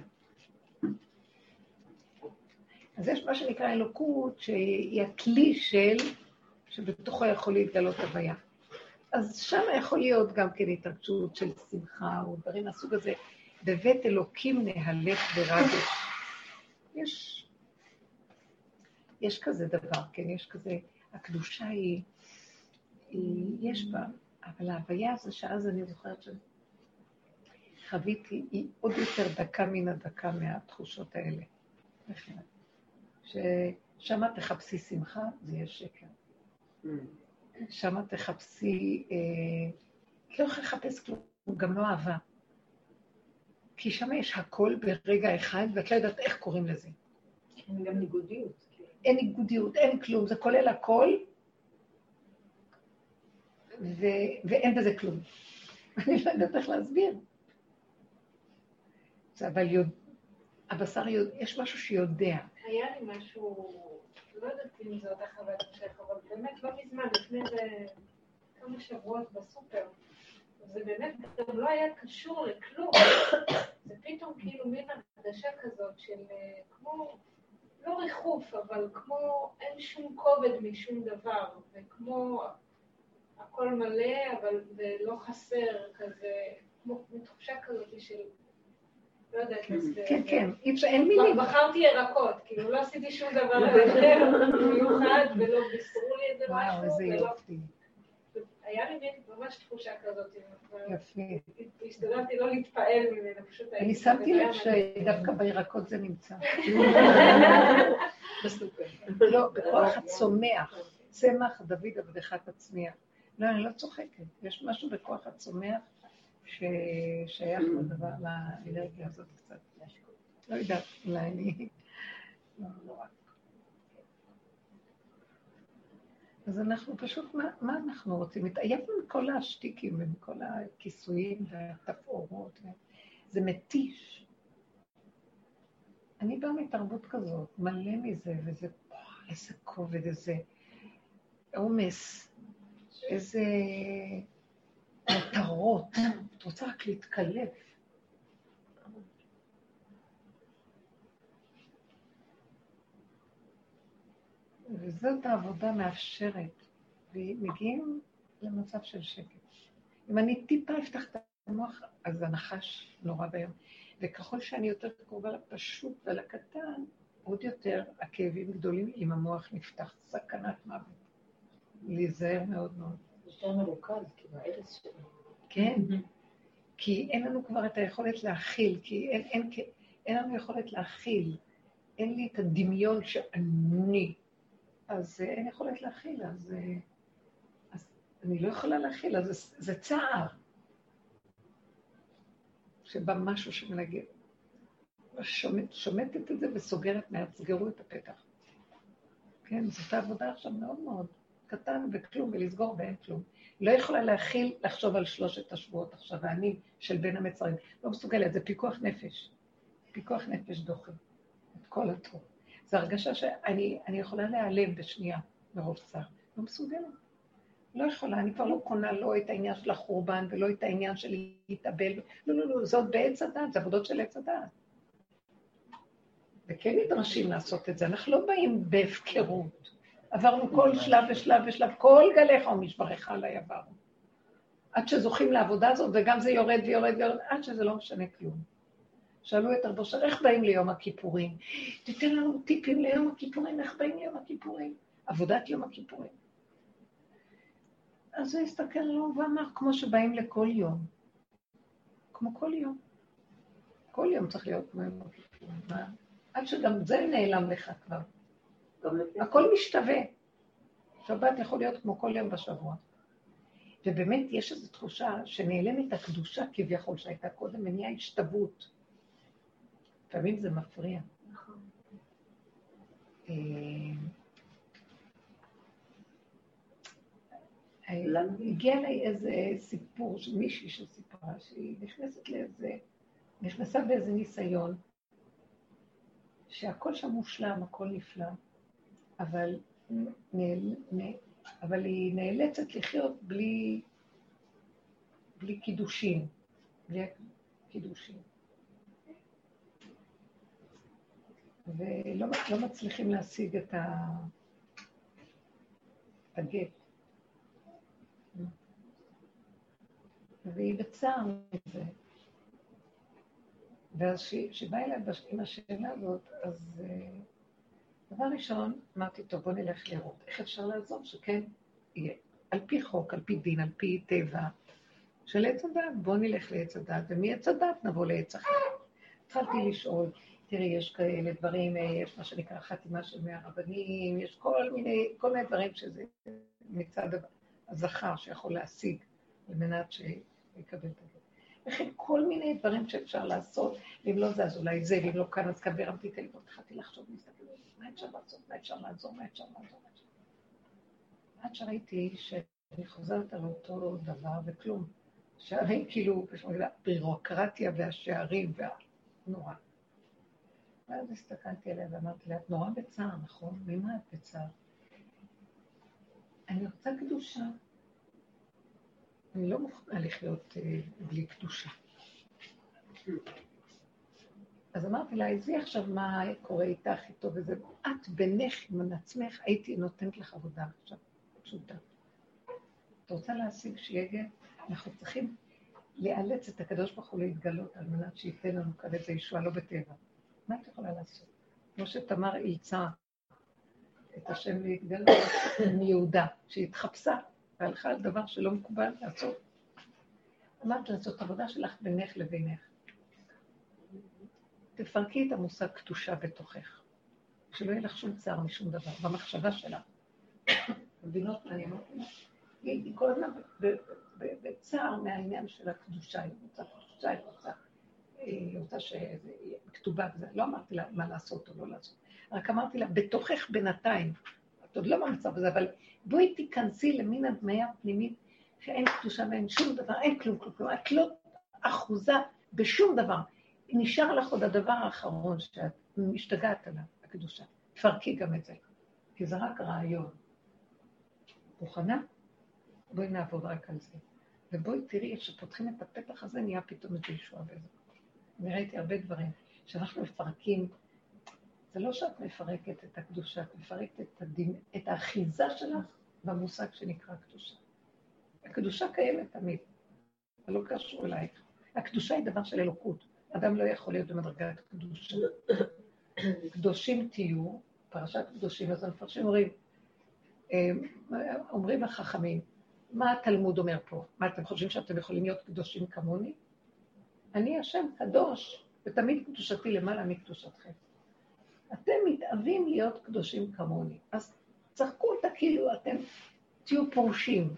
אז יש מה שנקרא אלוקות, שהיא הכלי שבתוכו יכול להתגלות הוויה. אז שם יכול להיות גם כן התרגשות של שמחה, או דברים מהסוג הזה. בבית אלוקים נהלך ברגש. יש כזה דבר, כן? יש כזה, הקדושה יש בה, אבל ההוויה הזו שאז אני זוכרת שחוויתי, היא עוד יותר דקה מן הדקה מהתחושות האלה. ששם תחפשי שמחה, זה יהיה שקר. שם תחפשי, לא יכולה לחפש כלום, גם לא אהבה. כי שם יש הכל ברגע אחד, ואת לא יודעת איך קוראים לזה. אין גם ניגודיות. אין ניגודיות, אין כלום, זה כולל הכל, ואין בזה כלום. אני לא יודעת איך להסביר. אבל הבשר יש משהו שיודע. היה לי משהו, לא יודעת אם זה אותה חוויית המשך, אבל באמת לא מזמן, לפני זה כמה שבועות בסופר, זה באמת גם לא היה קשור לכלום. זה פתאום כאילו מין הרגשה כזאת של כמו, לא ריחוף, אבל כמו אין שום כובד משום דבר, וכמו הכל מלא, אבל זה לא חסר כזה, כמו תחושה כזאת של... לא יודעת לסדר. כן, אין מילים. בחרתי ירקות, כאילו לא עשיתי שום דבר מיוחד, ולא בישרו לי את זה משהו. וואו, איזה יופי. היה לי ממש תחושה כזאת. יפה. השתדלתי לא להתפעל ממנה, פשוט... אני שמתי לב שדווקא בירקות זה נמצא. בסופר. לא, בכוח הצומח. צמח דוד עבדך תצמיח. לא, אני לא צוחקת. יש משהו בכוח הצומח ששייך לדבר, לאנרגיה הזאת קצת. לא יודעת, אולי אני... לא רק. אז אנחנו פשוט, מה אנחנו רוצים? התעייפנו מכל השטיקים ומכל הכיסויים והתפאורות. זה מתיש. אני באה מתרבות כזאת, מלא מזה, וזה, איזה כובד, איזה עומס, איזה מטרות. את רוצה רק להתקלף. וזאת העבודה מאפשרת, ומגיעים למצב של שקט. אם אני טיפה אפתח את המוח, אז הנחש נורא ביום. וככל שאני יותר קרובה לפשוט ולקטן, עוד יותר הכאבים גדולים אם המוח נפתח. סכנת מוות. להיזהר מאוד מאוד. יותר מרוכז, כאילו, הערס שלו. כן, כי אין לנו כבר את היכולת להכיל, כי אין לנו יכולת להכיל. אין לי את הדמיון שאני. אז אין יכולת להכיל, אז אני לא יכולה להכיל, אז זה צער. שבא משהו שמנגד. שומטת את זה וסוגרת מעט, סגרו את הפתח. כן, זאת העבודה עכשיו מאוד מאוד קטן וכלום, ולסגור ואין כלום. לא יכולה להכיל, לחשוב על 3 השבועות עכשיו, ואני של בין המצרים. לא מסוגלת, זה פיקוח נפש. פיקוח נפש דוחה. את כל הטוב. זו הרגשה שאני יכולה להיעלם בשנייה מרוב צער. לא מסוגלת. לא יכולה, אני כבר לא קונה לא את העניין של החורבן ולא את העניין של להתאבל. לא, זאת בעץ הדעת, זה עבודות של עץ הדעת. וכן נדרשים לעשות את זה, אנחנו לא באים בהפקרות. עברנו כל שלב ושלב ושלב, כל גליך ומשבריך עליי עברנו. עד שזוכים לעבודה הזאת, וגם זה יורד ויורד ויורד, עד שזה לא משנה כלום. שאלו את רבו שר, איך באים ליום הכיפורים? תתן לנו טיפים ליום הכיפורים, איך באים ליום הכיפורים? עבודת יום הכיפורים. אז הוא הסתכל עליו ואמר, כמו שבאים לכל יום. כמו כל יום. כל יום צריך להיות כמו יום הכיפורים. עד שגם זה נעלם לך כבר. הכל משתווה. שבת יכול להיות כמו כל יום בשבוע. ובאמת יש איזו תחושה שנעלמת הקדושה כביכול שהייתה קודם, ונהיה השתוות. לפעמים זה מפריע. נכון. הגיע אליי איזה סיפור של מישהי שסיפרה שהיא נכנסה באיזה ניסיון, שהכל שם מושלם, הכל נפלא, אבל היא נאלצת לחיות בלי קידושים, בלי קידושים. ולא מצליחים להשיג את הגט. והיא בצער מזה. ואז שבאה אליי עם השאלה הזאת, אז דבר ראשון, אמרתי, טוב, בוא נלך לראות. איך אפשר לעזור שכן יהיה? על פי חוק, על פי דין, על פי טבע של עץ הדת, בוא נלך לעץ הדת, ומעץ הדת נבוא לעץ אחר. התחלתי לשאול, תראי, יש כאלה דברים, יש מה שנקרא חתימה של 100 רבנים, יש כל מיני דברים שזה מצד הזכר שיכול להשיג על מנת שיקבל את זה. וכן כל מיני דברים שאפשר לעשות, ואם לא זה אז אולי זה, ואם לא כאן אז כאן ברמתי טלפון, התחלתי לחשוב, להסתכל, מה אפשר לעשות, מה אפשר לעזור, מה אפשר לעזור. עד שראיתי שאני חוזרת על אותו דבר וכלום. שערים כאילו, בירוקרטיה והשערים והנורא. ואז הסתכלתי עליה ואמרתי לה, את נורא בצער, נכון? ממה את בצער? אני רוצה קדושה. אני לא מוכנה לחיות בלי קדושה. אז אמרתי לה, עזבי עכשיו מה קורה איתך איתו וזה, את בינך עם עצמך, הייתי נותנת לך עבודה עכשיו, פשוטה. את רוצה להשיג שיהיה גט? אנחנו צריכים לאלץ את הקדוש ברוך הוא להתגלות על מנת שייתן לנו כאן איזה ישועה לא בטבע. מה את יכולה לעשות? כמו שתמר אילצה את השם להתגלות מיהודה, שהתחפשה והלכה על דבר שלא מקובל לעשות. אמרת לעשות עבודה שלך בינך לבינך. תפרקי את המושג קדושה בתוכך. שלא יהיה לך שום צער משום דבר, במחשבה שלה. מבינות מה אני אומרת? היא כל הזמן בצער מהעניין של הקדושה, היא רוצה שכתובה וזה, לא אמרתי לה מה לעשות או לא לעשות, רק אמרתי לה, בתוכך בינתיים, את עוד לא במצב הזה, אבל בואי תיכנסי למין הדמיה פנימית, שאין קדושה ואין שום דבר, אין כלום, את לא אחוזה בשום דבר, נשאר לך עוד הדבר האחרון שאת משתגעת עליו, הקדושה, תפרקי גם את זה, כי זה רק רעיון. מוכנה? בואי נעבוד רק על זה. ובואי תראי איך שפותחים את הפתח הזה, נהיה פתאום איזה ישועה בזה. אני ראיתי הרבה דברים, שאנחנו מפרקים, זה לא שאת מפרקת את הקדושה, את מפרקת את האחיזה שלך במושג שנקרא קדושה. הקדושה קיימת תמיד, זה לא קשור אלייך. הקדושה היא דבר של אלוקות, אדם לא יכול להיות במדרגת קדושה. קדושים תהיו, פרשת קדושים, אז המפרשים אומרים החכמים, מה התלמוד אומר פה? מה, אתם חושבים שאתם יכולים להיות קדושים כמוני? אני השם קדוש, ותמיד קדושתי למעלה מקדושתכם. אתם מתאבים להיות קדושים כמוני, אז צחקו אותה כאילו אתם תהיו פורשים.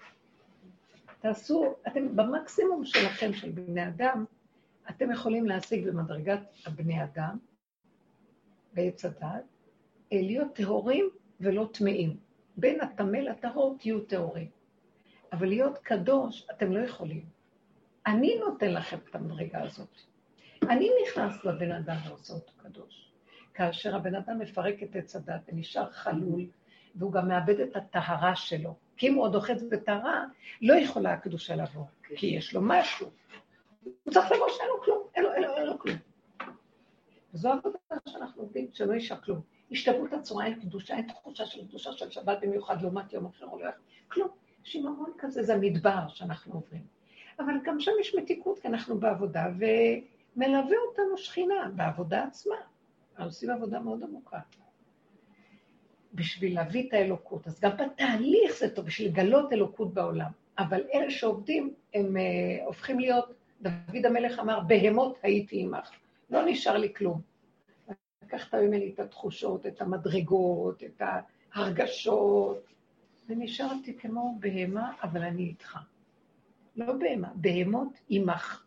תעשו, אתם במקסימום שלכם, של בני אדם, אתם יכולים להשיג במדרגת הבני אדם, בעץ הדת, להיות טהורים ולא טמאים. בין הטמא לטהור תהיו טהורים. אבל להיות קדוש אתם לא יכולים. אני נותן לכם את המדרגה הזאת. אני נכנס לבן אדם ועושה אותו קדוש. כאשר הבן אדם מפרק את עץ הדת ונשאר חלול, והוא גם מאבד את הטהרה שלו. כי אם הוא עוד אוחז בטהרה, לא יכולה הקדושה לבוא, כי יש לו משהו. הוא צריך לבוא שאין לו כלום, אין לו כלום. וזו העבודה שאנחנו עובדים, שלא יש כלום. השתגעות הצורה, אין קדושה, אין תחושה של קדושה של שבת במיוחד, לעומת יום אחר או לא יכול. כלום, שיממון כזה, זה מדבר שאנחנו עוברים. אבל גם שם יש מתיקות, כי אנחנו בעבודה, ומלווה אותנו שכינה בעבודה עצמה. עושים עבודה מאוד עמוקה. בשביל להביא את האלוקות, אז גם בתהליך זה טוב, בשביל לגלות אלוקות בעולם. אבל אלה שעובדים, הם הופכים להיות, דוד המלך אמר, בהמות הייתי עמך. לא נשאר לי כלום. לקחת ממני את התחושות, את המדרגות, את ההרגשות, ונשארתי כמו בהמה, אבל אני איתך. לא בהמה, בהמות עמך.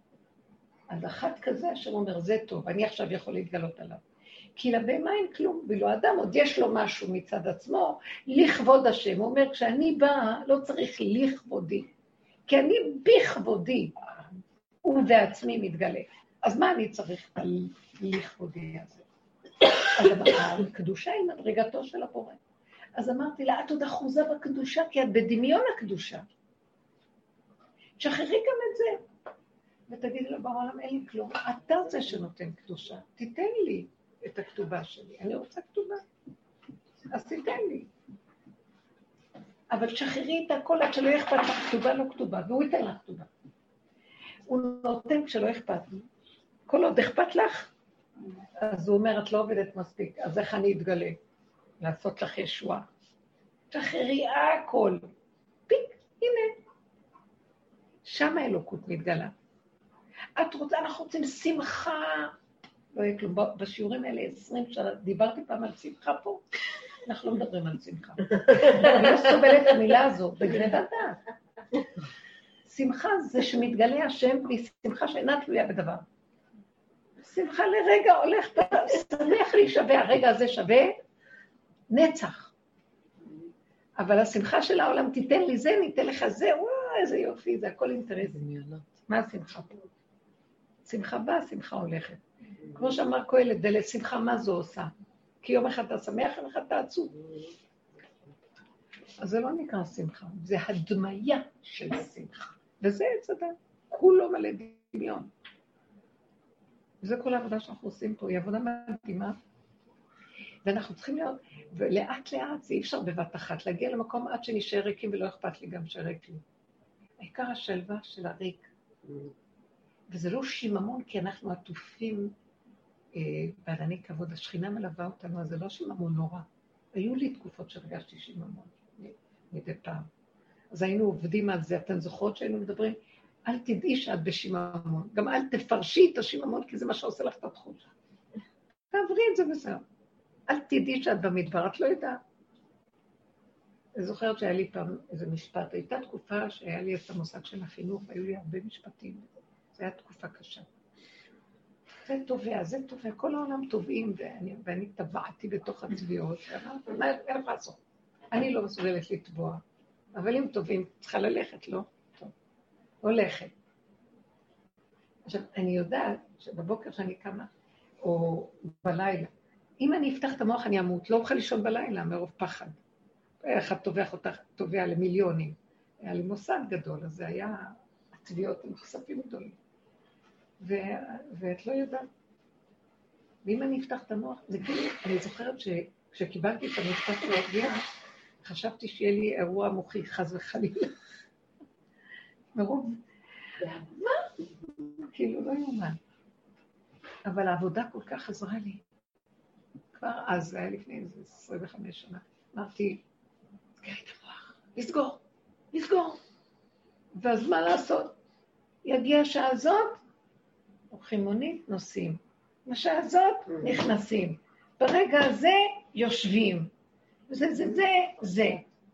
אז אחת כזה שאומר, זה טוב, אני עכשיו יכול להתגלות עליו. כי לבהמה אין כלום, ולא אדם, עוד יש לו משהו מצד עצמו, לכבוד השם. הוא אומר, כשאני באה, לא צריך לכבודי, כי אני בכבודי, הוא בעצמי מתגלה. אז מה אני צריך את לכבודי הזה? אז הקדושה היא מדרגתו של הבורא. אז אמרתי לה, את עוד אחוזה בקדושה, כי את בדמיון הקדושה. שחררי גם את זה. ותגידי לו, בעולם אין לי כלום. אתה זה שנותן קדושה. תיתן לי את הכתובה שלי. אני רוצה כתובה. אז תיתן לי. אבל שחררי את הכל עד שלא אכפת לך כתובה לא כתובה, והוא ייתן לך כתובה. הוא נותן כשלא אכפת לי. כל עוד אכפת לך, אז הוא אומר, את לא עובדת מספיק, אז איך אני אתגלה? לעשות לך ישועה. שחררי הכל. פיק, הנה. שם האלוקות מתגלה. את רוצה, אנחנו רוצים שמחה. לא יהיה כלום, בשיעורים האלה 20 שנה, דיברתי פעם על שמחה פה, אנחנו לא מדברים על שמחה. אני לא סובלת את המילה הזו, זה גניבת דעת. שמחה זה שמתגלה השם, והיא שמחה שאינה תלויה בדבר. שמחה לרגע הולך, שמח לי שווה, הרגע הזה שווה נצח. אבל השמחה של העולם, תיתן לי זה, ניתן לך זה, וואו, איזה יופי, זה הכל אינטרס. מה השמחה פה? שמחה באה, שמחה הולכת. כמו שאמר קהלת, דלת שמחה מה זו עושה? כי יום אחד אתה שמח, יום אחד אתה עצוב. אז זה לא נקרא שמחה, זה הדמיה של שמחה. וזה צדק, כולו מלא דמיון. וזה כל העבודה שאנחנו עושים פה, היא עבודה מדהימה. ואנחנו צריכים להיות, ולאט לאט זה אי אפשר בבת אחת, להגיע למקום עד שנשאר ריקים ולא אכפת לי גם שריק לי. העיקר השלווה של הריק. וזה לא שיממון, כי אנחנו עטופים בענני כבוד. השכינה מלווה אותנו, אז זה לא שיממון נורא. היו לי תקופות שהרגשתי שיממון מדי פעם. אז היינו עובדים על זה, אתן זוכרות שהיינו מדברים, אל תדעי שאת בשיממון, גם אל תפרשי את השיממון, כי זה מה שעושה לך את התחושה. תעברי את זה וזהו. אל תדעי שאת במדבר, את לא יודעת. אני זוכרת שהיה לי פעם איזה משפט, הייתה תקופה שהיה לי את המושג של החינוך, והיו לי הרבה משפטים, זו הייתה תקופה קשה. זה טובע, זה טובע, כל העולם טובעים, ואני טבעתי בתוך הצביעות, ואמרתי, מה אין לך לעשות? אני לא מסוגלת לטבוע, אבל אם טובעים, צריכה ללכת, לא? טוב, הולכת. עכשיו, אני יודעת שבבוקר שאני קמה, או בלילה, אם אני אפתח את המוח אני אמות, לא אוכל לישון בלילה מרוב פחד. אחד טובע למיליונים. היה לי מוסד גדול, אז זה היה התביעות עם כספים גדולים. ואת לא יודעת. ואם אני אפתח את המוח, זה כאילו, אני זוכרת שכשקיבלתי את המשפט של הרגיעה, חשבתי שיהיה לי אירוע מוחי, חס וחלילה. מרוב, מה? כאילו לא יומן. אבל העבודה כל כך עזרה לי. כבר אז, זה היה לפני איזה 25 שנה, אמרתי, סגרי את המוח, לסגור. ואז מה לעשות? יגיע השעה הזאת, הולכים מונית, נוסעים. בשעה הזאת, נכנסים. ברגע הזה, יושבים. זה.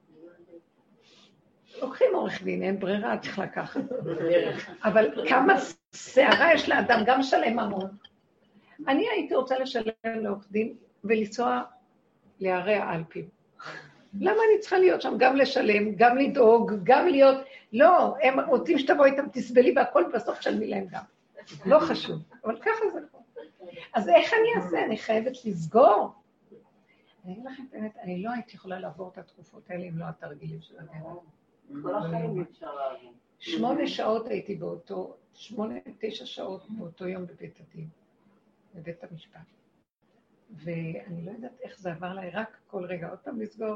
לוקחים עורך דין, אין ברירה, צריך לקחת. אבל כמה שערה יש לאדם, גם שלם המון. אני הייתי רוצה לשלם לעורך דין ולנסוע להרי האלפים. למה אני צריכה להיות שם? גם לשלם, גם לדאוג, גם להיות... לא, הם רוצים שתבוא איתם, תסבלי והכל, בסוף שלמי להם גם. לא חשוב, אבל ככה זה פה. אז איך אני אעשה? אני חייבת לסגור. אני אגיד לכם באמת, אני לא הייתי יכולה לעבור את התקופות האלה אם לא התרגילים של הדרך. כל החיים אפשר לעבור. 8 שעות הייתי באותו, 8-9 שעות באותו יום בבית הדין, בבית המשפט. ואני לא יודעת איך זה עבר לי, רק כל רגע, עוד פעם לסגור.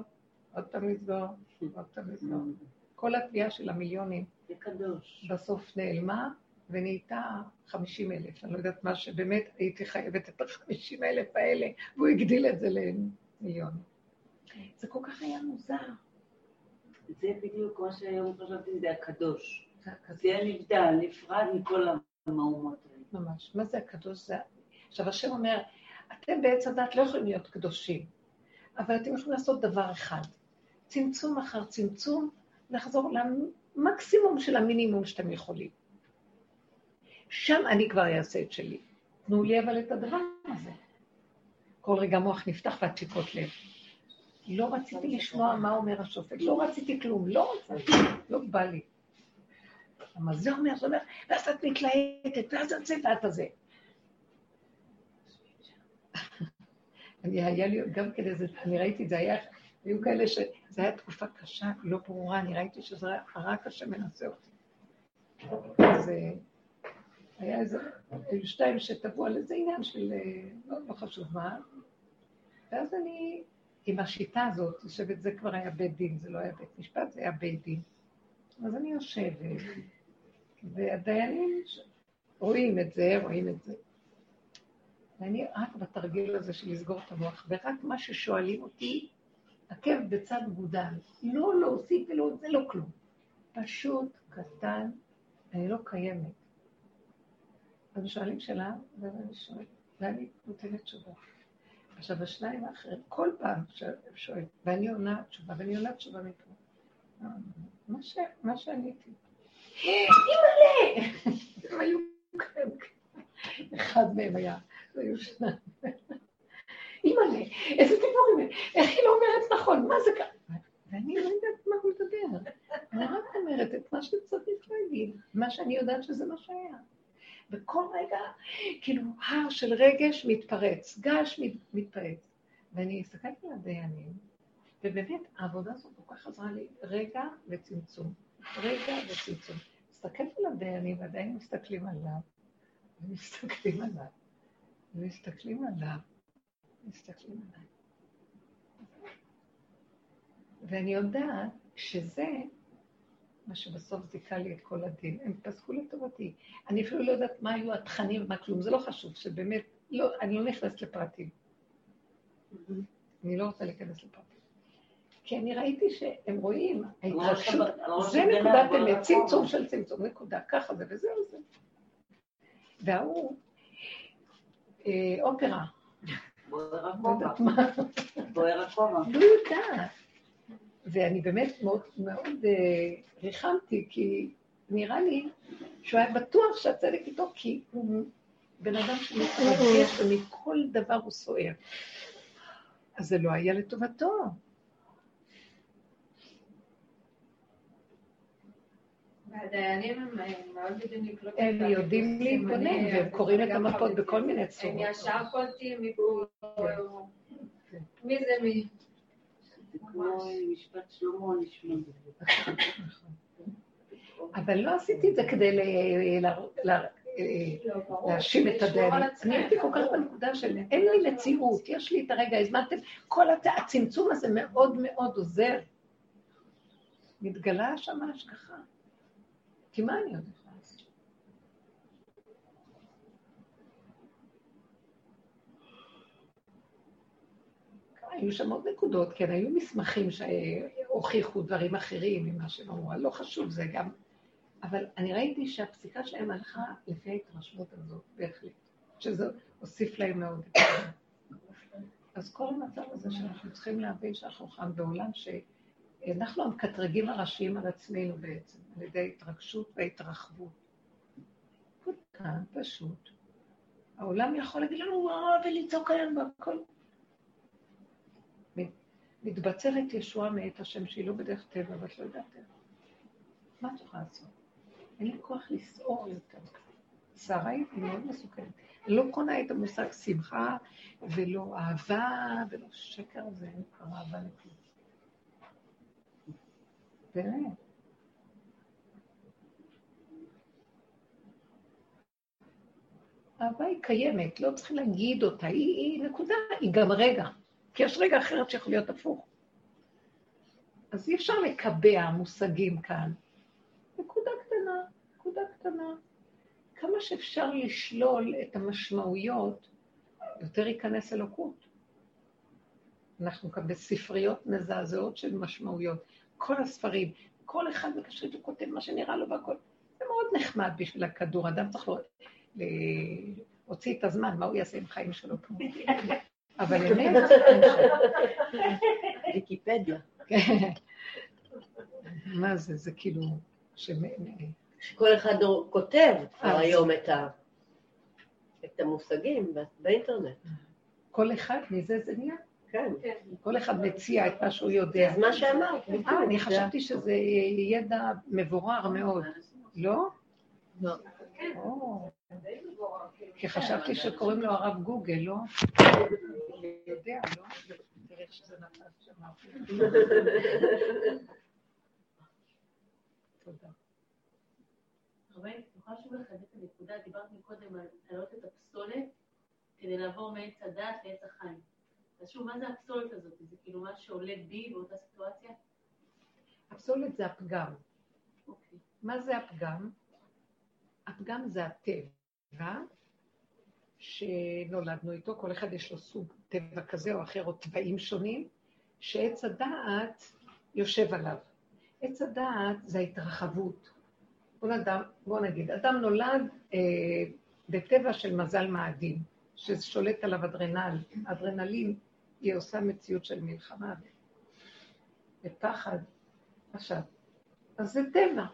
כל התביעה של המיליונים, זה קדוש. בסוף נעלמה, ונהייתה 50,000. אני לא יודעת מה שבאמת הייתי חייבת את ה-50,000 האלה, והוא הגדיל את זה למיליונים. זה כל כך היה מוזר. זה בדיוק מה שהיום חשבתי, זה הקדוש. זה היה נבדל, נפרד מכל המהומות האלה. ממש. מה זה הקדוש? זה... עכשיו, השם אומר, אתם בעץ הדת לא יכולים להיות קדושים, אבל אתם יכולים לעשות דבר אחד. צמצום אחר צמצום, לחזור למקסימום של המינימום שאתם יכולים. שם אני כבר אעשה את שלי. תנו לי אבל את הדבר הזה. כל רגע מוח נפתח והדפיקות לב. לא רציתי לשמוע מה אומר השופט, לא רציתי כלום, לא בא לי. אבל זה אומר, ואז את מתלהטת, ואז את זה ואת הזה. היה לי גם כדי, אני ראיתי את זה, היו כאלה שזה היה תקופה קשה, לא ברורה, אני ראיתי שזה הרע קשה מנסה אותי. אז היה איזה, היו 2 שטבעו על איזה עניין של לא חשוב מה, ואז אני, עם השיטה הזאת, יושבת, זה כבר היה בית דין, זה לא היה בית משפט, זה היה בית דין. אז אני יושבת, והדיינים רואים את זה. ואני רק בתרגיל הזה של לסגור את המוח, ורק מה ששואלים אותי, עקב בצד גודל, לא להוסיף ולא, זה לא כלום. פשוט, קטן, אני לא קיימת. אז שואלים שאלה, ואני שואלת, ואני נותנת תשובה. עכשיו, 2 האחרים, כל פעם שואל, ואני עונה תשובה מפה. מה שעניתי. אימא'לה! הם היו כאן. אחד מהם היה, זה היו 2. אימא'לה, איזה דיבורים, איך היא לא אומרת נכון, מה זה כאן? ואני לא יודעת מה הוא מדבר. אני רק אומרת את מה שצריך להגיד, מה שאני יודעת שזה מה שהיה. בכל רגע, כאילו, הר של רגש מתפרץ, גש מתפרץ. ואני הסתכלתי על הדיינים, ובאמת, העבודה הזאת כל כך עזרה לי, רגע וצמצום. הסתכלתי על הדיינים, והדיינים מסתכלים עליו, ומסתכלים עליו. ואני יודעת שזה מה שבסוף זיקה לי את כל הדין. הם פסקו לטובתי. אני אפילו לא יודעת מה היו התכנים ומה כלום. זה לא חשוב, שבאמת, לא, אני לא נכנסת לפרטים. אני לא רוצה להיכנס לפרטים. כי אני ראיתי שהם רואים, ההתרשות, זה נקודת אמת, צמצום של צמצום, נקודה, ככה זה וזהו זה. והוא, אופרה. בוער לא יודעת הכובע. מה. בוער הכובע. לא יודעת. ואני באמת מאוד מאוד ריחמתי, כי נראה לי שהוא היה בטוח שהצדק איתו, כי הוא בן אדם שמתרגש ומכל דבר הוא סוער. אז זה לא היה לטובתו. והדיינים הם מאוד יודעים לקלוט. הם יודעים להתבונן, והם קוראים את המפות בכל מיני צורות. הם ישר קולטים מפה, מי זה מי? זה כמו משפט שלמה נשמע. אבל לא עשיתי את זה כדי להאשים את הדיינים. אני הייתי כל כך בנקודה של אין לי מציאות, יש לי את הרגע, הזמנתם, כל הצמצום הזה מאוד מאוד עוזר. מתגלה שם ההשגחה. כי מה אני עוד יכולה לעשות? היו שם עוד נקודות, כן, היו מסמכים שהוכיחו דברים אחרים ממה שהם אמרו, לא חשוב, זה גם... אבל אני ראיתי שהפסיקה שלהם הלכה לפי ההתרשמות הזאת, בהחלט, שזה הוסיף להם מאוד. אז כל המצב הזה שאנחנו צריכים להבין שאנחנו חיים בעולם שאנחנו המקטרגים הראשיים על עצמנו בעצם, על ידי התרגשות וההתרחבות. כאן פשוט. העולם יכול להגיד לנו וואו ולצעוק עלינו והכל. מתבצרת ישועה מאת השם שהיא לא בדרך טבע, ואת לא יודעת טבע. מה את יכולה לעשות? אין לי כוח לסעור יותר. שרה היא מאוד מסוכנת. אני לא קונה את המושג שמחה, ולא אהבה, ולא שקר, זה אין כבר אהבה לכלום. באמת. אהבה היא קיימת, לא צריכים להגיד אותה, היא נקודה, היא גם רגע. כי יש רגע אחרת שיכול להיות הפוך. אז אי אפשר לקבע מושגים כאן. נקודה קטנה, נקודה קטנה. כמה שאפשר לשלול את המשמעויות, יותר ייכנס אלוקות. אנחנו כאן בספריות מזעזעות של משמעויות. כל הספרים, כל אחד מקשרית וכותב מה שנראה לו והכל. זה מאוד נחמד בשביל הכדור. אדם צריך להוציא את הזמן, מה הוא יעשה עם חיים שלו כמו. אבל אמת, ויקיפדיה. מה זה? זה כאילו... שכל אחד כותב כבר היום את המושגים באינטרנט. כל אחד מזה זה נהיה? כן. כל אחד מציע את מה שהוא יודע. אז מה שאמרת. אני חשבתי שזה ידע מבורר מאוד. לא? לא. כי חשבתי שקוראים לו הרב גוגל, לא? יודע, לא? תראה איך שזה נפל שאמרתי. תודה. רבי, נוכל שוב לחדד את הנקודה, דיברת מקודם על להעלות את הפסולת כדי לעבור מעץ הדעת לעץ החיים. אז שוב, מה זה הפסולת הזאת? זה כאילו מה שעולה בי באותה סיטואציה? הפסולת זה הפגם. אוקיי. מה זה הפגם? הפגם זה הטבע שנולדנו איתו, כל אחד יש לו סוג טבע כזה או אחר, או טבעים שונים, שעץ הדעת יושב עליו. עץ הדעת זה ההתרחבות. בוא נגיד, אדם נולד בטבע של מזל מאדים, ששולט עליו אדרנלין, היא עושה מציאות של מלחמה ופחד. עכשיו, אז זה טבע.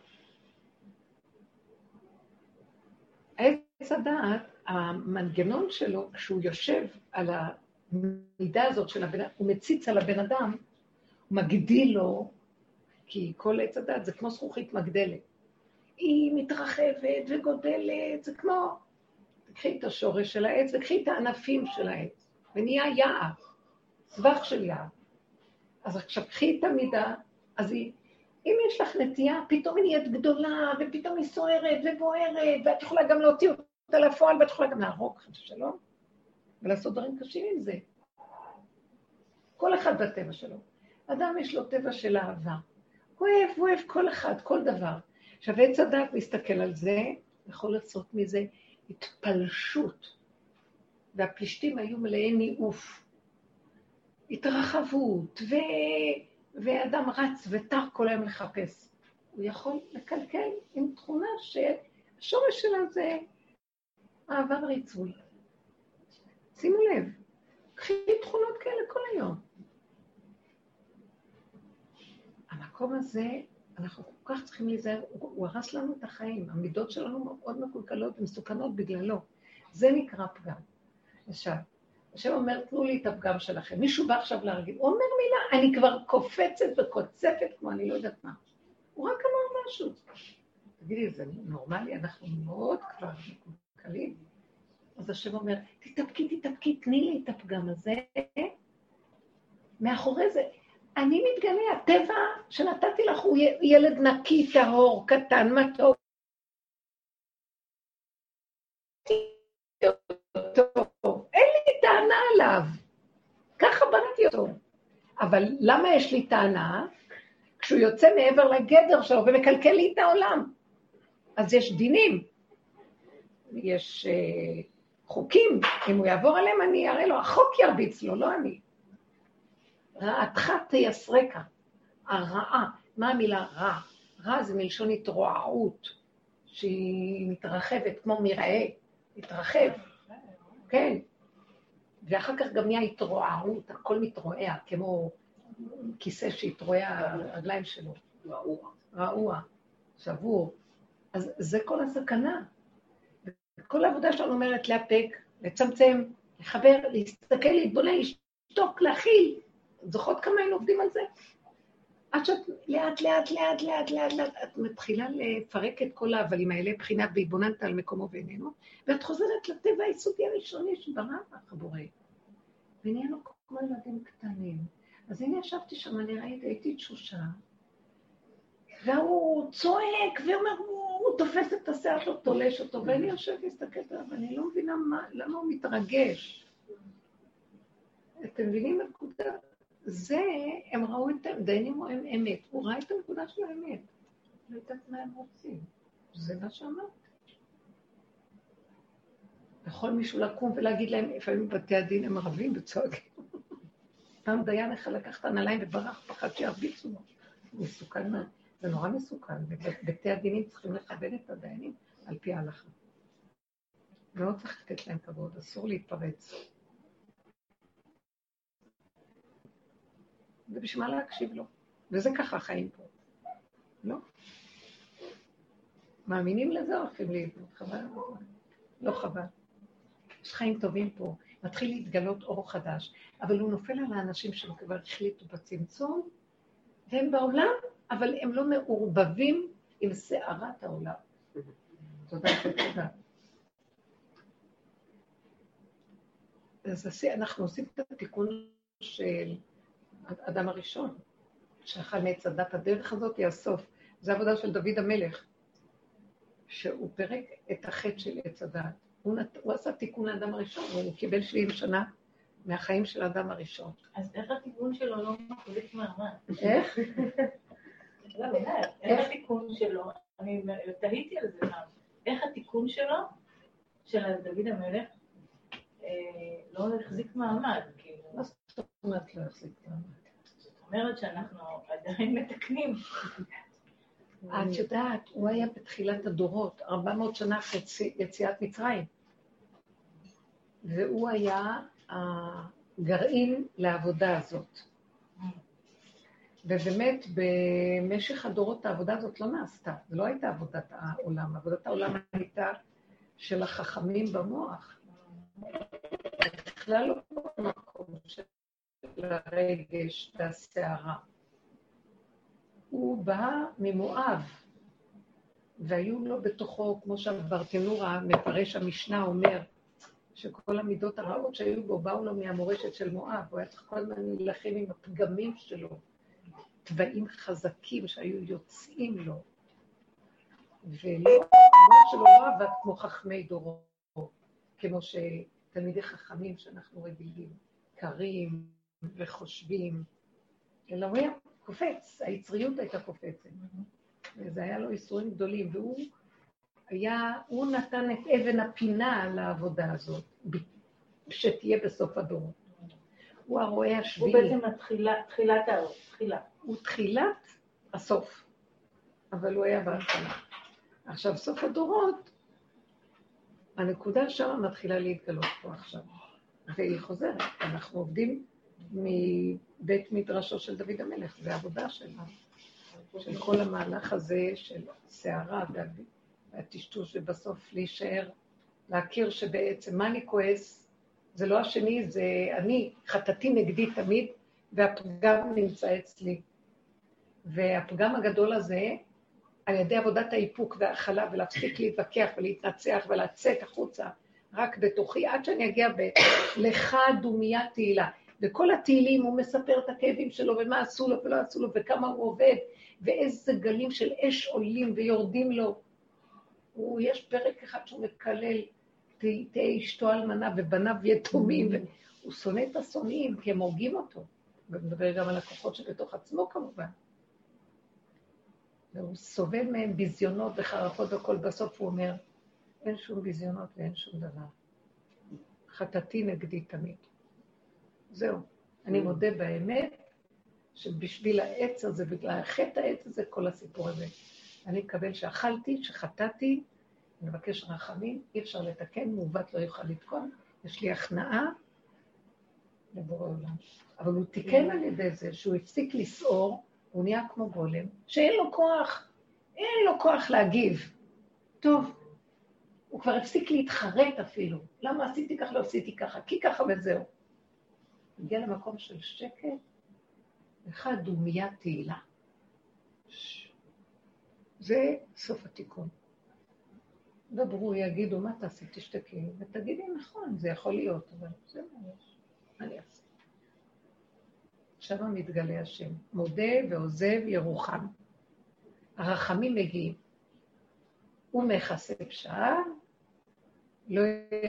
העץ הדעת, המנגנון שלו, כשהוא יושב על המידה הזאת של הבן אדם, הוא מציץ על הבן אדם, הוא מגדיל לו, כי כל עץ הדעת זה כמו זכוכית מגדלת. היא מתרחבת וגודלת, זה כמו, תקחי את השורש של העץ וקחי את הענפים של העץ, ונהיה יער, סבך של יער. אז עכשיו קחי את המידה, אז אם יש לך נטייה, פתאום היא נהיית גדולה, ופתאום היא סוערת ובוערת, ואת יכולה גם להוציא אותה לפועל, ואת יכולה גם להרוג, חד שלום, ולעשות דברים קשים עם זה. כל אחד בטבע שלו. אדם יש לו טבע של אהבה. הוא אוהב כל אחד, כל דבר. עכשיו, עץ הדעת מסתכל על זה, יכול לעשות מזה התפלשות. והפלישתים היו מלאי ניאוף. התרחבות, ואדם רץ וטר כל היום לחפש. הוא יכול לקלקל עם תכונה שהשורש שלה זה אהבה וריצוי. שימו לב, קחי יש לי תכונות כאלה כל היום. המקום הזה, אנחנו כל כך צריכים להיזהר, הוא הרס לנו את החיים, המידות שלנו מאוד מקולקלות ומסוכנות בגללו. זה נקרא פגם. עכשיו, השם אומר, תנו לי את הפגם שלכם. מישהו בא עכשיו להרגיל, הוא אומר מילה, אני כבר קופצת וקוצפת כמו אני לא יודעת מה. הוא רק אמר משהו. תגידי, זה נורמלי, אנחנו מאוד כבר מקולקלים. אז השם אומר, תתאפקי, תני לי את הפגם הזה. מאחורי זה, אני מתגלה, הטבע שנתתי לך הוא ילד נקי, טהור, קטן, מתוק. אין לי טענה עליו. ככה בראתי אותו. אבל למה יש לי טענה? כשהוא יוצא מעבר לגדר שלו ומקלקל לי את העולם. אז יש דינים. יש חוקים. אם הוא יעבור עליהם, אני אראה לו. החוק ירביץ לו, לא אני. רעתך תייסרקה. הרעה. מה המילה רע? רע זה מלשון התרועעות, שהיא מתרחבת כמו מרעה. מתרחב. כן. ואחר כך גם נהיה התרועעות, הכל מתרועע, כמו כיסא שהתרועע הרגליים שלו. רעוע, שבור. אז זה כל הסכנה. כל העבודה שלנו אומרת להפק, לצמצם, לחבר, להסתכל, להתבונן, לשתוק, להכיל. זוכרות כמה היינו עובדים על זה? עד שאת לאט, את מתחילה לפרק את כל ההבלים האלה, בחינת והתבוננת על מקומו ועינינו, ואת חוזרת לטבע היסודי הראשוני שברא לך הבורא. ונהיינו כמו ילדים קטנים. אז הנה ישבתי שם, אני הייתי תשושה, והוא צועק, ואומר, הוא תופס את השיער שלו, תולש אותו, ואני יושבת להסתכלת עליו, ואני לא מבינה למה הוא מתרגש. אתם מבינים נקודה? זה, הם ראו את דיינים רואים אמת, הוא ראה את הנקודה של האמת. לא יודעת מה הם רוצים. זה מה שאמרת. יכול מישהו לקום ולהגיד להם, לפעמים בתי הדין הם ערבים וצועקים. פעם דיין אחד לקח את הנעליים וברח, פחד שירביצו לו. מסוכן מה? זה נורא מסוכן. בתי הדינים צריכים לכבד את הדיינים על פי ההלכה. לא צריך לתת להם כבוד, אסור להתפרץ. ובשביל מה להקשיב לו. וזה ככה החיים פה. לא? מאמינים לזה או הולכים להתנות? חבל? לא חבל. יש חיים טובים פה. מתחיל להתגלות אור חדש. אבל הוא נופל על האנשים שהם כבר החליטו בצמצום, והם בעולם, אבל הם לא מעורבבים עם שערת העולם. תודה. אז אנחנו עושים את התיקון של האדם הראשון, שאכל מעץ הדת. הדרך הזאת היא הסוף. זו העבודה של דוד המלך, שהוא פרק את החטא של עץ הדת. הוא עשה תיקון לאדם הראשון, הוא קיבל 70 שנה מהחיים של האדם הראשון. אז איך התיקון שלו לא מחזיק מעמד? איך? לא, באמת, איך התיקון שלו? אני תהיתי על זה. איך התיקון שלו, של דוד המלך, לא החזיק מעמד? מה זאת אומרת לא החזיק מעמד? זאת אומרת שאנחנו עדיין מתקנים. את יודעת, הוא היה בתחילת הדורות, 400 שנה אחרי יציאת מצרים. והוא היה הגרעין לעבודה הזאת. ובאמת, במשך הדורות העבודה הזאת לא נעשתה. זו לא הייתה עבודת העולם. עבודת העולם הייתה של החכמים במוח. בכלל לא במקום של הרגש והשערה. הוא בא ממואב, והיו לו בתוכו, כמו שהברטנורה מפרש המשנה, אומר שכל המידות הרעות שהיו בו באו לו מהמורשת של מואב, הוא היה צריך כל הזמן להילחם עם הפגמים שלו, טבעים חזקים שהיו יוצאים לו, ולא, כמו שלא לא עבד כמו חכמי דורו, כמו שתלמידי חכמים שאנחנו רגילים, קרים וחושבים, אלא הוא היה קופץ, היצריות הייתה קופצת. וזה היה לו איסורים גדולים, והוא נתן את אבן הפינה לעבודה הזאת, שתהיה בסוף הדור. הוא הרואה השביעי. הוא בעצם תחילת האור, תחילה. הוא תחילת הסוף, אבל הוא היה בהתחלה. עכשיו, סוף הדורות, הנקודה שם מתחילה להתגלות פה עכשיו. והיא חוזרת. אנחנו עובדים מבית מדרשו של דוד המלך, זה העבודה שלנו, של כל המהלך הזה של שערה והטשטוש, ובסוף להישאר, להכיר שבעצם מה אני כועס, זה לא השני, זה אני, חטאתי נגדי תמיד, והפגם נמצא אצלי. והפגם הגדול הזה, על ידי עבודת האיפוק והאכלה, ולהפסיק להתווכח ולהתנצח ולצאת החוצה, רק בתוכי, עד שאני אגיע לך דומיה תהילה. וכל התהילים הוא מספר את הכאבים שלו, ומה עשו לו ולא עשו לו, וכמה הוא עובד, ואיזה גלים של אש עולים ויורדים לו. יש פרק אחד שהוא מקלל, תהיה אשתו אלמנה ובניו יתומים, והוא שונא את השונאים, כי הם הורגים אותו. ומדבר גם על הכוחות שבתוך עצמו כמובן. והוא סובל מהם ביזיונות וחרפות וכל, בסוף הוא אומר, אין שום ביזיונות ואין שום דבר. חטאתי נגדי תמיד. זהו. אני מודה באמת שבשביל העץ הזה, בגלל החטא העץ הזה, כל הסיפור הזה. אני אקבל שאכלתי, שחטאתי, אני מבקש רחמים, אי אפשר לתקן, מעוות לא יוכל לתקון, יש לי הכנעה לבורא עולם. אבל הוא תיקן על ידי זה שהוא הפסיק לסעור, הוא נהיה כמו גולם, שאין לו כוח, אין לו כוח להגיב. טוב, הוא כבר הפסיק להתחרט אפילו. למה עשיתי ככה, לא עשיתי ככה, כי ככה וזהו. הגיע למקום של שקט, אחד דומיה תהילה. זה סוף התיקון. דברו, יגידו, מה תעשי, תשתקי, ותגידי, נכון, זה יכול להיות, אבל זה מה אני אעשה. שם מתגלה השם, מודה ועוזב ירוחם. הרחמים מגיעים. הוא מכסה פשעה, לא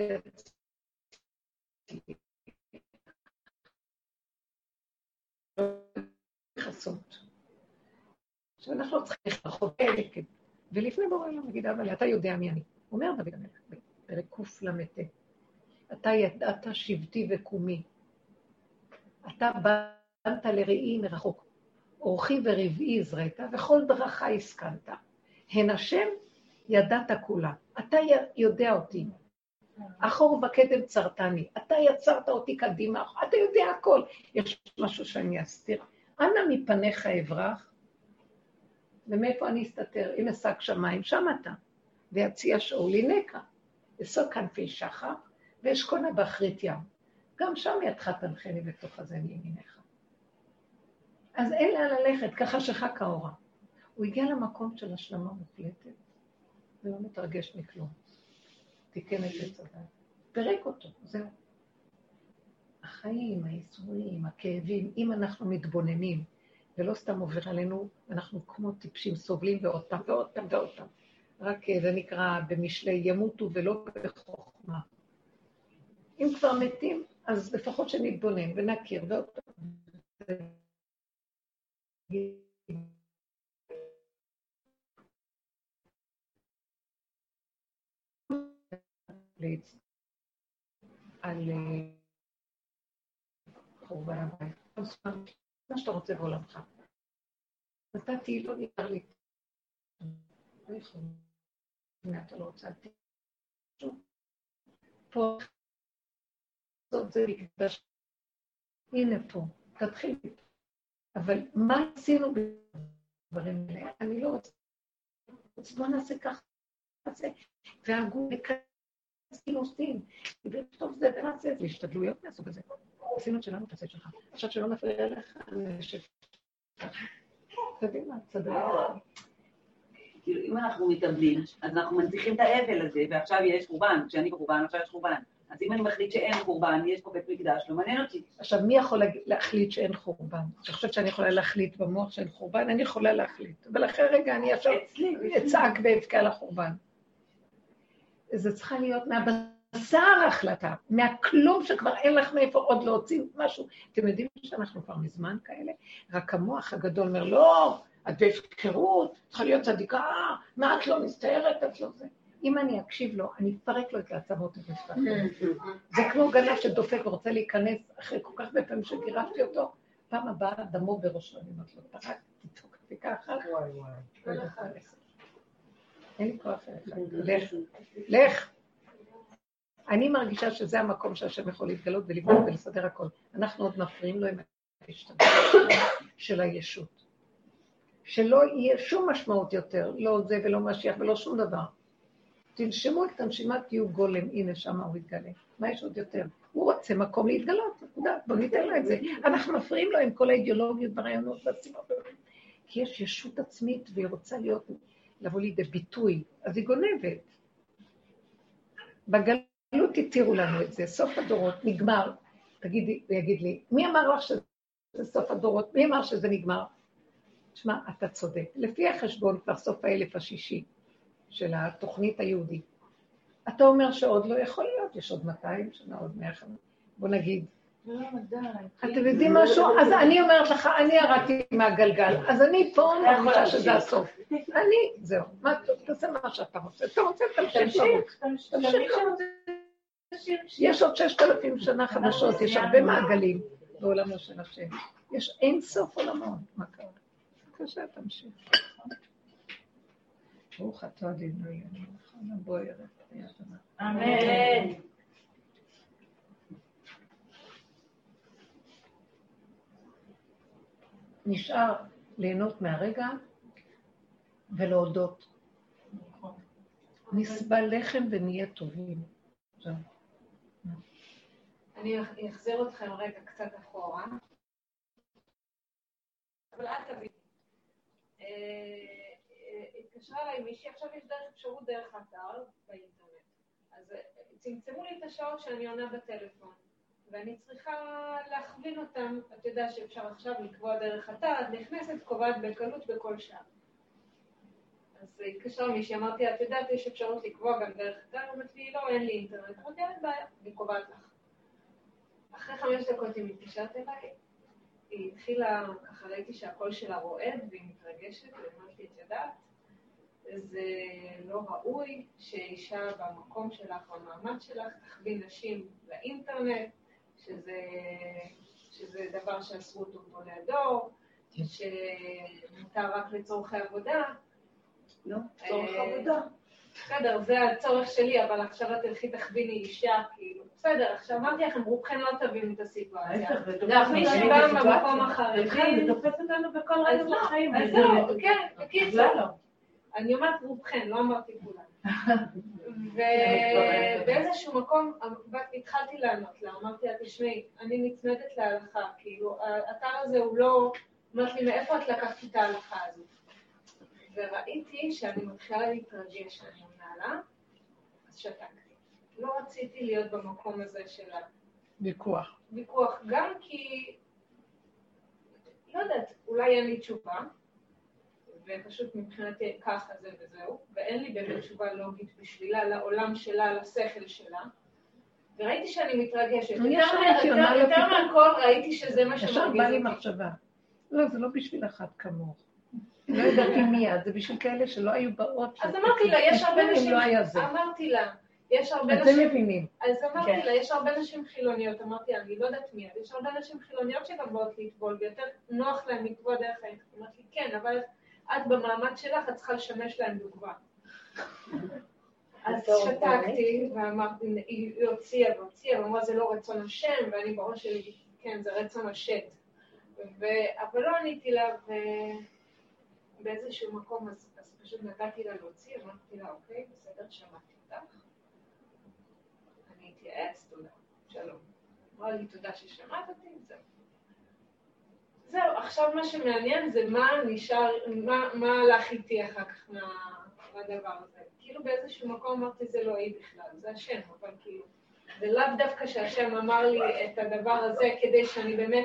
חסות. עכשיו אנחנו לא צריכים לחוות אלקד. ולפני בורא לא מגיד, אבל אתה יודע מי אני. אומר דוד המלך, פרק קוף למתה. אתה ידעת שבטי וקומי. אתה בנת לראי מרחוק. אורחי ורבעי זרעת, וכל דרכה הסכנת. הן השם ידעת כולה. אתה יודע אותי. אחור ובקדם צרתני. אתה יצרת אותי קדימה. אתה יודע הכל. יש משהו שאני אסתיר. אנא מפניך אברח. ומאיפה אני אסתתר? אם אשק שמיים, שם אתה. ויציע שאולי נקע. אסוק כנפי שחר, ואשכונה באחרית ים. גם שם ידך תנחני בתוך הזה מימינך. אז אין לה ללכת, ככה שחק האורה. הוא הגיע למקום של השלמה מוחלטת, ולא מתרגש מכלום. תיקן את הצדה. פרק אותו, זהו. החיים, האיסורים, הכאבים, אם אנחנו מתבוננים, ולא סתם עובר עלינו, אנחנו כמו טיפשים סובלים ועוד פעם ועוד פעם ועוד פעם. רק זה נקרא במשלי ימותו ולא בחוכמה. אם כבר מתים, אז לפחות שנתבונן ונכיר ועוד פעם. על חורבן הבית. מה שאתה רוצה בעולמך. נתתי, לא נקרא לי. לא יכול. הנה, אתה לא רוצה, אל תשהו. פה, זאת זה מקדש. הנה פה, תתחיל. אבל מה עשינו בדברים האלה? אני לא רוצה. בוא נעשה ככה. והגו עשינו עושים. ובטוב זה ונעשה, זה השתדלויות מהסוג הזה. עשינו את שלנו, תעשה שלך. עכשיו שלא נפריע לך, תבין מה, צדק. כאילו, אם אנחנו מתאבלים, אז אנחנו מנציחים את האבל הזה, ועכשיו יש חורבן, כשאני בחורבן, עכשיו יש חורבן. אז אם אני מחליט שאין חורבן, יש פה בית מקדש, לא מעניין אותי. עכשיו, מי יכול להחליט שאין חורבן? אני חושבת שאני יכולה להחליט במוח שאין חורבן, אני יכולה להחליט. אבל אחרי רגע אני ישר אצעק ואבכה על החורבן. זה צריכה להיות מהבשר ההחלטה, מהכלום שכבר אין לך מאיפה עוד להוציא משהו. אתם יודעים שאנחנו כבר מזמן כאלה? רק המוח הגדול אומר, לא, את בהפקרות, צריכה להיות צדיקה, מה את לא מסתערת, את לא זה. אם אני אקשיב לו, אני אפרק לו את העצמות המפתח. זה כמו גנב שדופק ורוצה להיכנס אחרי כל כך בפעמים שגירפתי אותו, פעם הבאה דמו בראשו, אני אומרת לו, פרק, תתוק, תיקה אחת. אין לי כוח אחד. לך. אני מרגישה שזה המקום שהשם יכול להתגלות ולבנות ולסדר הכל. אנחנו עוד מפריעים לו עם ההשתנות של הישות. שלא יהיה שום משמעות יותר, לא זה ולא משיח ולא שום דבר. תנשמו את הנשימה, תהיו גולם, הנה שם הוא יתגלה. מה יש עוד יותר? הוא רוצה מקום להתגלות, נקודה, בוא ניתן לו את זה. אנחנו מפריעים לו עם כל האידיאולוגיות והרעיונות והסיבות. כי יש ישות עצמית והיא רוצה לבוא לידי ביטוי, אז היא גונבת. בגלות תתירו לנו את זה, סוף הדורות נגמר. תגידי, הוא יגיד לי, מי אמר לך שזה סוף הדורות? מי אמר שזה נגמר? תשמע, אתה צודק. לפי החשבון כבר סוף האלף השישי של התוכנית היהודית. אתה אומר שעוד לא יכול להיות, יש עוד 200 שנה, עוד 100 שנה. בוא נגיד. אתם יודעים משהו? אז אני אומרת לך, אני ירדתי מהגלגל, אז אני פה מרגישה שזה הסוף. אני, זהו. מה, תעשה מה שאתה רוצה. אתה רוצה, תמשיך. יש עוד 6,000 שנה חדשות, יש הרבה מעגלים בעולמו של השם. יש אין סוף עולמות. מה קרה? בבקשה, תמשיך. ברוך אתה אדינו אלינו, בואי ירד. אמן. נשאר ליהנות מהרגע ולהודות. נסבל לחם ונהיה טובים. אני אחזיר אתכם רגע קצת אחורה. אבל אל תבין. התקשרה אליי מישהי, עכשיו יש דרך אפשרות דרך אתר באינטרנט. אז צמצמו לי את השעות שאני עונה בטלפון. ואני צריכה להכווין אותם, אתה יודע שאפשר עכשיו לקבוע דרך אתר, את נכנסת, קובעת בקלות בכל שעה. אז התקשרה מישהי, אמרתי, את יודעת, יש אפשרות לקבוע גם דרך אתר, אמרתי לי, לא, אין לי אינטרנט, אמרתי, אין בעיה, אני קובעת לך. אחרי 5 דקות היא מתקשרת אליי, היא התחילה, ככה ראיתי שהקול שלה רועד והיא מתרגשת, ואמרתי, את יודעת, זה לא ראוי שאישה במקום שלך, במעמד שלך, תכווין נשים לאינטרנט, שזה דבר שאסרו אותו גדולי הדור, שמותר רק לצורך עבודה. לא, צורך עבודה. בסדר, זה הצורך שלי, אבל עכשיו את הלכי תכוויני אישה, כאילו. בסדר, עכשיו אמרתי לכם, רובכן לא תבינו את הסיטואציה. להכווין שבא במקום החרדי. זה תופס אותנו בכל רגע בחיים. אז זהו, כן, בקיצור. אני אומרת רובכן, לא אמרתי כולם. ובאיזשהו מקום התחלתי לענות לה, אמרתי לה, תשמעי, אני נצמדת להלכה, כאילו, האתר הזה הוא לא, אמרת לי, מאיפה את לקחת את ההלכה הזאת? וראיתי שאני מתחילה להתרגש שאני עונה לה, אז שתקתי. לא רציתי להיות במקום הזה של ויכוח. ויכוח, גם כי, לא יודעת, אולי אין לי תשובה, ופשוט מבחינתי ככה זה וזהו, ואין לי באמת תשובה לוגית בשבילה, לעולם שלה, לשכל שלה, וראיתי שאני מתרגשת. יותר מהכל ראיתי שזה מה שמרגיז אותי. ישר בא לי מחשבה. לא, זה לא בשביל אחת כמוך. לא ידעתי מיד, זה בשביל כאלה שלא היו באות. אז אמרתי לה, יש הרבה נשים, אמרתי לה, יש הרבה נשים... אתם מבינים. אז אמרתי לה, יש הרבה נשים חילוניות, אמרתי לה, אני לא יודעת מיד, יש הרבה נשים חילוניות שגם באות לטבול, ויותר נוח להם לקבוע דרך האינטרנט. אמרתי, כן, אבל את במעמד שלך, את צריכה לשמש להם דוגמה. אז שתקתי, ואמרתי, היא הוציאה, ואמרה, זה לא רצון השם, ואני בראש שלי, כן, זה רצון השד. אבל לא עניתי לה, ובאיזשהו מקום, אז פשוט נתתי לה להוציא, אמרתי לה, אוקיי, בסדר, שמעתי אותך. אני אתייעץ, תודה, שלום. אמרה לי, תודה ששמעת אותי, זהו. זהו, עכשיו מה שמעניין זה מה נשאר, מה הלך איתי אחר כך מהדבר הזה. כאילו באיזשהו מקום אמרתי, זה לא היא בכלל, זה השם, אבל כאילו, זה לאו דווקא שהשם אמר לי את הדבר הזה כדי שאני באמת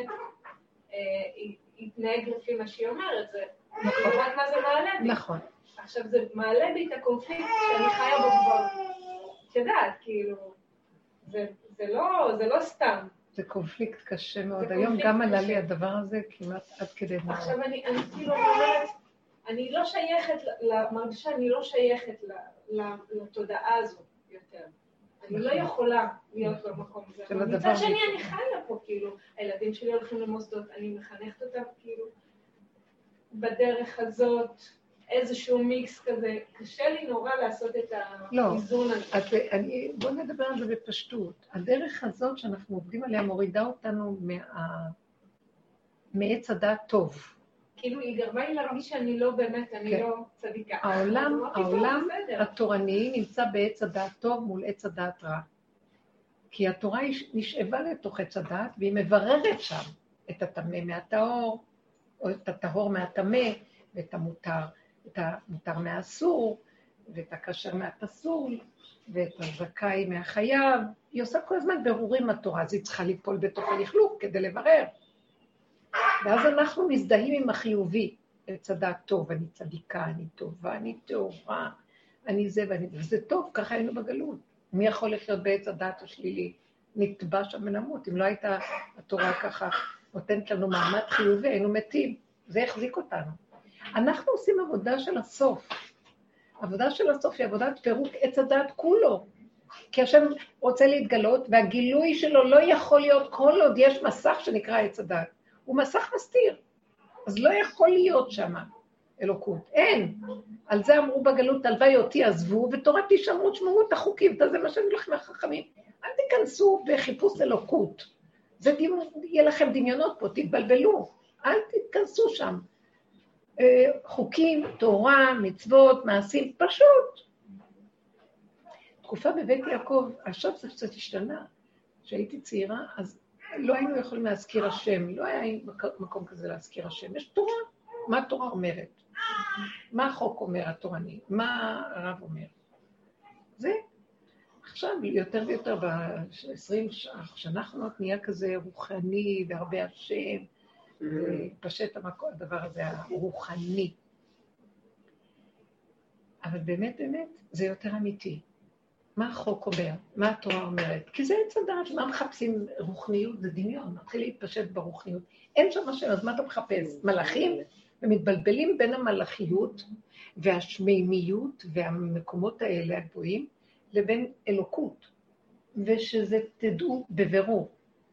יתנהג לפי מה שהיא אומרת, זה נכון מה זה מעלה בי. נכון. עכשיו זה מעלה בי את הקונפליקט שאני חיה בו כבר. את יודעת, כאילו, זה לא סתם. זה קונפליקט קשה מאוד. היום גם עלה לי הדבר הזה כמעט עד כדי נורא. עכשיו אני כאילו אומרת, אני לא שייכת, מרגישה אני לא שייכת לתודעה הזו יותר. אני לא יכולה להיות במקום הזה. מצד שני אני חיה פה, כאילו, הילדים שלי הולכים למוסדות, אני מחנכת אותם כאילו בדרך הזאת, איזשהו מיקס כזה. קשה לי נורא לעשות את האיזון הזה. בואו נדבר על זה בפשטות. הדרך הזאת שאנחנו עובדים עליה מורידה אותנו מעץ הדעת טוב. כאילו היא גרמה לי להרגיש שאני לא באמת, אני לא צדיקה. העולם התורני נמצא בעץ הדעת טוב מול עץ הדעת רע. כי התורה נשאבה לתוך עץ הדעת, והיא מבררת שם את הטמא מהטהור, או את הטהור מהטמא, ואת המותר מהאסור, ואת הכשר מהפסול, ואת הזכאי מהחייב. היא עושה כל הזמן ברורים התורה, אז היא צריכה ליפול בתוך הלכלוך כדי לברר. ואז אנחנו מזדהים עם החיובי, עץ הדעת טוב, אני צדיקה, אני טובה, אני טהורה, אני זה ואני זה. וזה טוב, ככה היינו בגלות. מי יכול לחיות בעץ הדעת השלילי? נטבע שם ונמות. אם לא הייתה התורה ככה נותנת לנו מעמד חיובי, היינו מתים. זה יחזיק אותנו. אנחנו עושים עבודה של הסוף. עבודה של הסוף היא עבודת פירוק עץ הדעת כולו. כי השם רוצה להתגלות, והגילוי שלו לא יכול להיות כל עוד יש מסך שנקרא עץ הדעת. הוא מסך מסתיר. אז לא יכול להיות שם אלוקות. אין. על זה אמרו בגלות, הלוואי אותי עזבו, ותורה תשמרו, תשמרו את החוקים, זה מה שאני לכם החכמים. אל תיכנסו בחיפוש אלוקות. יהיה לכם דמיונות פה, תתבלבלו. אל תתכנסו שם. חוקים, תורה, מצוות, מעשים, פשוט. תקופה בבית יעקב, עכשיו זה קצת השתנה. כשהייתי צעירה, אז לא היינו יכולים להזכיר השם, לא היה מקום כזה להזכיר השם. יש תורה. מה התורה אומרת? מה החוק אומר התורני? מה הרב אומר? זה עכשיו יותר ויותר ב-20 שנה האחרונות נהיה כזה רוחני והרבה השם, ופשט הדבר הזה הרוחני. אבל באמת זה יותר אמיתי. מה החוק אומר? מה התורה אומרת? כי זה עץ הדעת, מה מחפשים רוחניות? זה דמיון, מתחיל להתפשט ברוחניות. אין שם השם, אז מה אתה מחפש? מלאכים? ומתבלבלים בין המלאכיות והשמימיות והמקומות האלה הגבוהים לבין אלוקות, ושזה תדעו בבירור.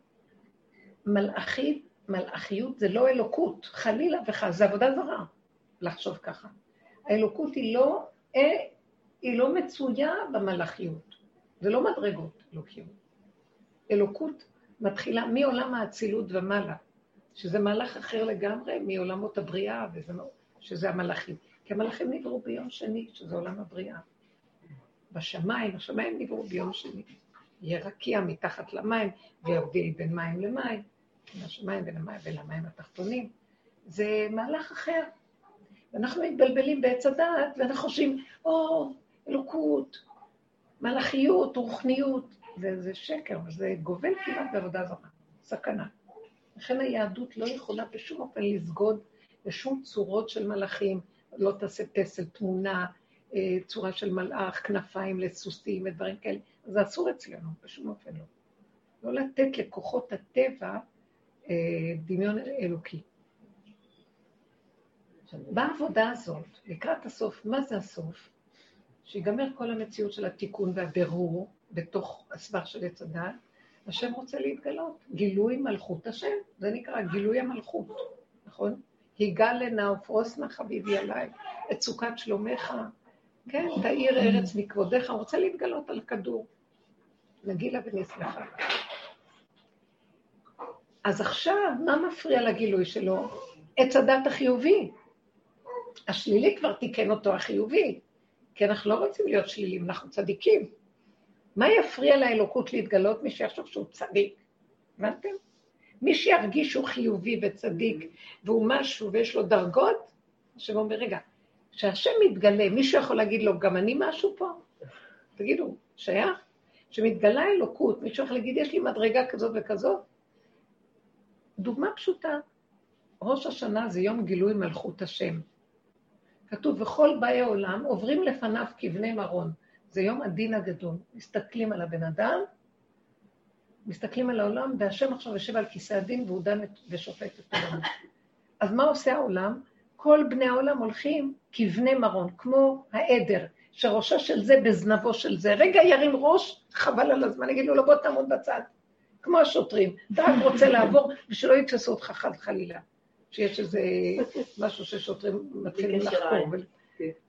מלאכיות זה לא אלוקות, חלילה וחס, זה עבודה זרה, לחשוב ככה. האלוקות היא לא מצויה במלאכיות, זה לא מדרגות אלוקיות. אלוקות מתחילה מעולם האצילות ומעלה, שזה מהלך אחר לגמרי מעולמות הבריאה, שזה המלאכים. כי המלאכים נבראו ביום שני, שזה עולם הבריאה. בשמיים, השמיים נבראו ביום שני. יהיה רקיע מתחת למים, ויבדיל בין מים למים, בין השמיים ולמים התחתונים. זה מהלך אחר. ואנחנו מתבלבלים בעץ הדעת, ואנחנו חושבים, אלוקות, מלאכיות, רוחניות. זה שקר, וזה גובל כמעט בעבודה זרה. סכנה. לכן היהדות לא יכולה בשום אופן לסגוד לשום צורות של מלאכים, לא תעשה פסל, תמונה, צורה של מלאך, כנפיים לסוסים ודברים כאלה. זה אסור אצלנו, בשום אופן לא. לא לתת לכוחות הטבע דמיון אלוקי. בעבודה הזאת, לקראת הסוף, מה זה הסוף? שיגמר כל המציאות של התיקון והבירור בתוך הסבר של עץ הדעת, השם רוצה להתגלות, גילוי מלכות השם, זה נקרא גילוי המלכות, נכון? היגע לנה ופרוס נא חביבי עליי, את סוכת שלומך, כן, תאיר ארץ מכבודך, הוא רוצה להתגלות על כדור, נגילה ונשמחה. אז עכשיו, מה מפריע לגילוי שלו? עץ הדת החיובי. השלילי כבר תיקן אותו החיובי, כי אנחנו לא רוצים להיות שלילים, אנחנו צדיקים. מה יפריע לאלוקות להתגלות? מי שיחשוב שהוא צדיק. הבנתם? מי שירגיש שהוא חיובי וצדיק, והוא משהו ויש לו דרגות, השם אומר, רגע, שהשם מתגלה, מישהו יכול להגיד לו, גם אני משהו פה? תגידו, שייך? שמתגלה אלוקות, מישהו יכול להגיד, יש לי מדרגה כזאת וכזאת? דוגמה פשוטה, ראש השנה זה יום גילוי מלכות השם. כתוב, וכל באי העולם עוברים לפניו כבני מרון. זה יום הדין הגדול. מסתכלים על הבן אדם, מסתכלים על העולם, והשם עכשיו יושב על כיסא הדין, והוא דן ושופט את העולם. אז מה עושה העולם? כל בני העולם הולכים כבני מרון, כמו העדר, שראשו של זה בזנבו של זה. רגע ירים ראש, חבל על הזמן, נגיד לו, לא בוא תעמוד בצד. כמו השוטרים, אתה רק רוצה לעבור, ושלא יתפסו אותך חלילה. שיש איזה משהו ששוטרים מתחילים לחקור.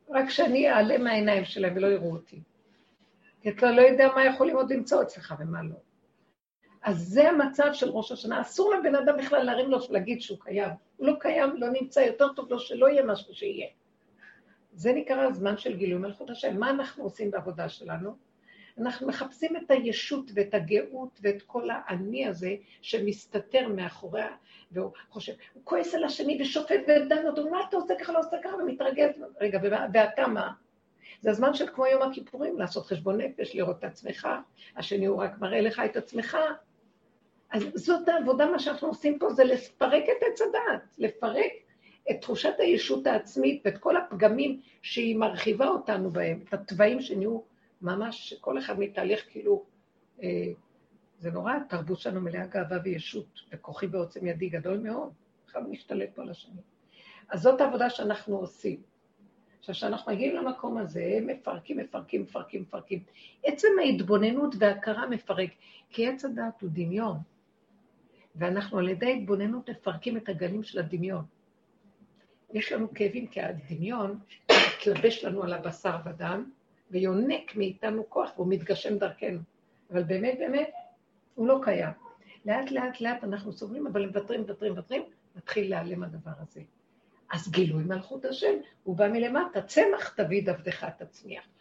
רק שאני אעלה מהעיניים שלהם ולא יראו אותי. כי אתה לא יודע מה יכולים עוד למצוא אצלך ומה לא. אז זה המצב של ראש השנה. אסור לבן אדם בכלל להרים לו ולהגיד שהוא קיים. הוא לא קיים, לא נמצא, יותר טוב לו שלא יהיה משהו שיהיה. זה נקרא הזמן של גילוי מלכות השם. מה אנחנו עושים בעבודה שלנו? אנחנו מחפשים את הישות ואת הגאות ואת כל העני הזה שמסתתר מאחוריה, והוא חושב, הוא כועס על השני ושופט ודן אותו, מה אתה עושה ככה, לא עושה ככה, ומתרגז. רגע, ואתה מה? זה הזמן של כמו יום הכיפורים, לעשות חשבון נפש, לראות את עצמך, השני הוא רק מראה לך את עצמך. אז זאת העבודה, מה שאנחנו עושים פה, זה לפרק את עץ הדעת, לפרק את תחושת הישות העצמית ואת כל הפגמים שהיא מרחיבה אותנו בהם, את הטבעים שנהיו ממש, כל אחד מתהליך כאילו, זה נורא, התרבות שלנו מלאה גאווה וישות, וכוחי בעוצם ידי גדול מאוד, אחד משתלט פה על השני. אז זאת העבודה שאנחנו עושים. עכשיו, כשאנחנו מגיעים למקום הזה, מפרקים. עצם ההתבוננות וההכרה מפרק, כי עץ הדעת הוא דמיון, ואנחנו על ידי התבוננות מפרקים את הגלים של הדמיון. יש לנו כאבים כי הדמיון מתלבש לנו על הבשר ודם, ויונק מאיתנו כוח, והוא מתגשם דרכנו. אבל באמת, הוא לא קיים. לאט אנחנו סובלים, אבל מוותרים, מתחיל להיעלם הדבר הזה. אז גילוי מלכות השם, הוא בא מלמטה, צמח תביא עבדך תצמיח.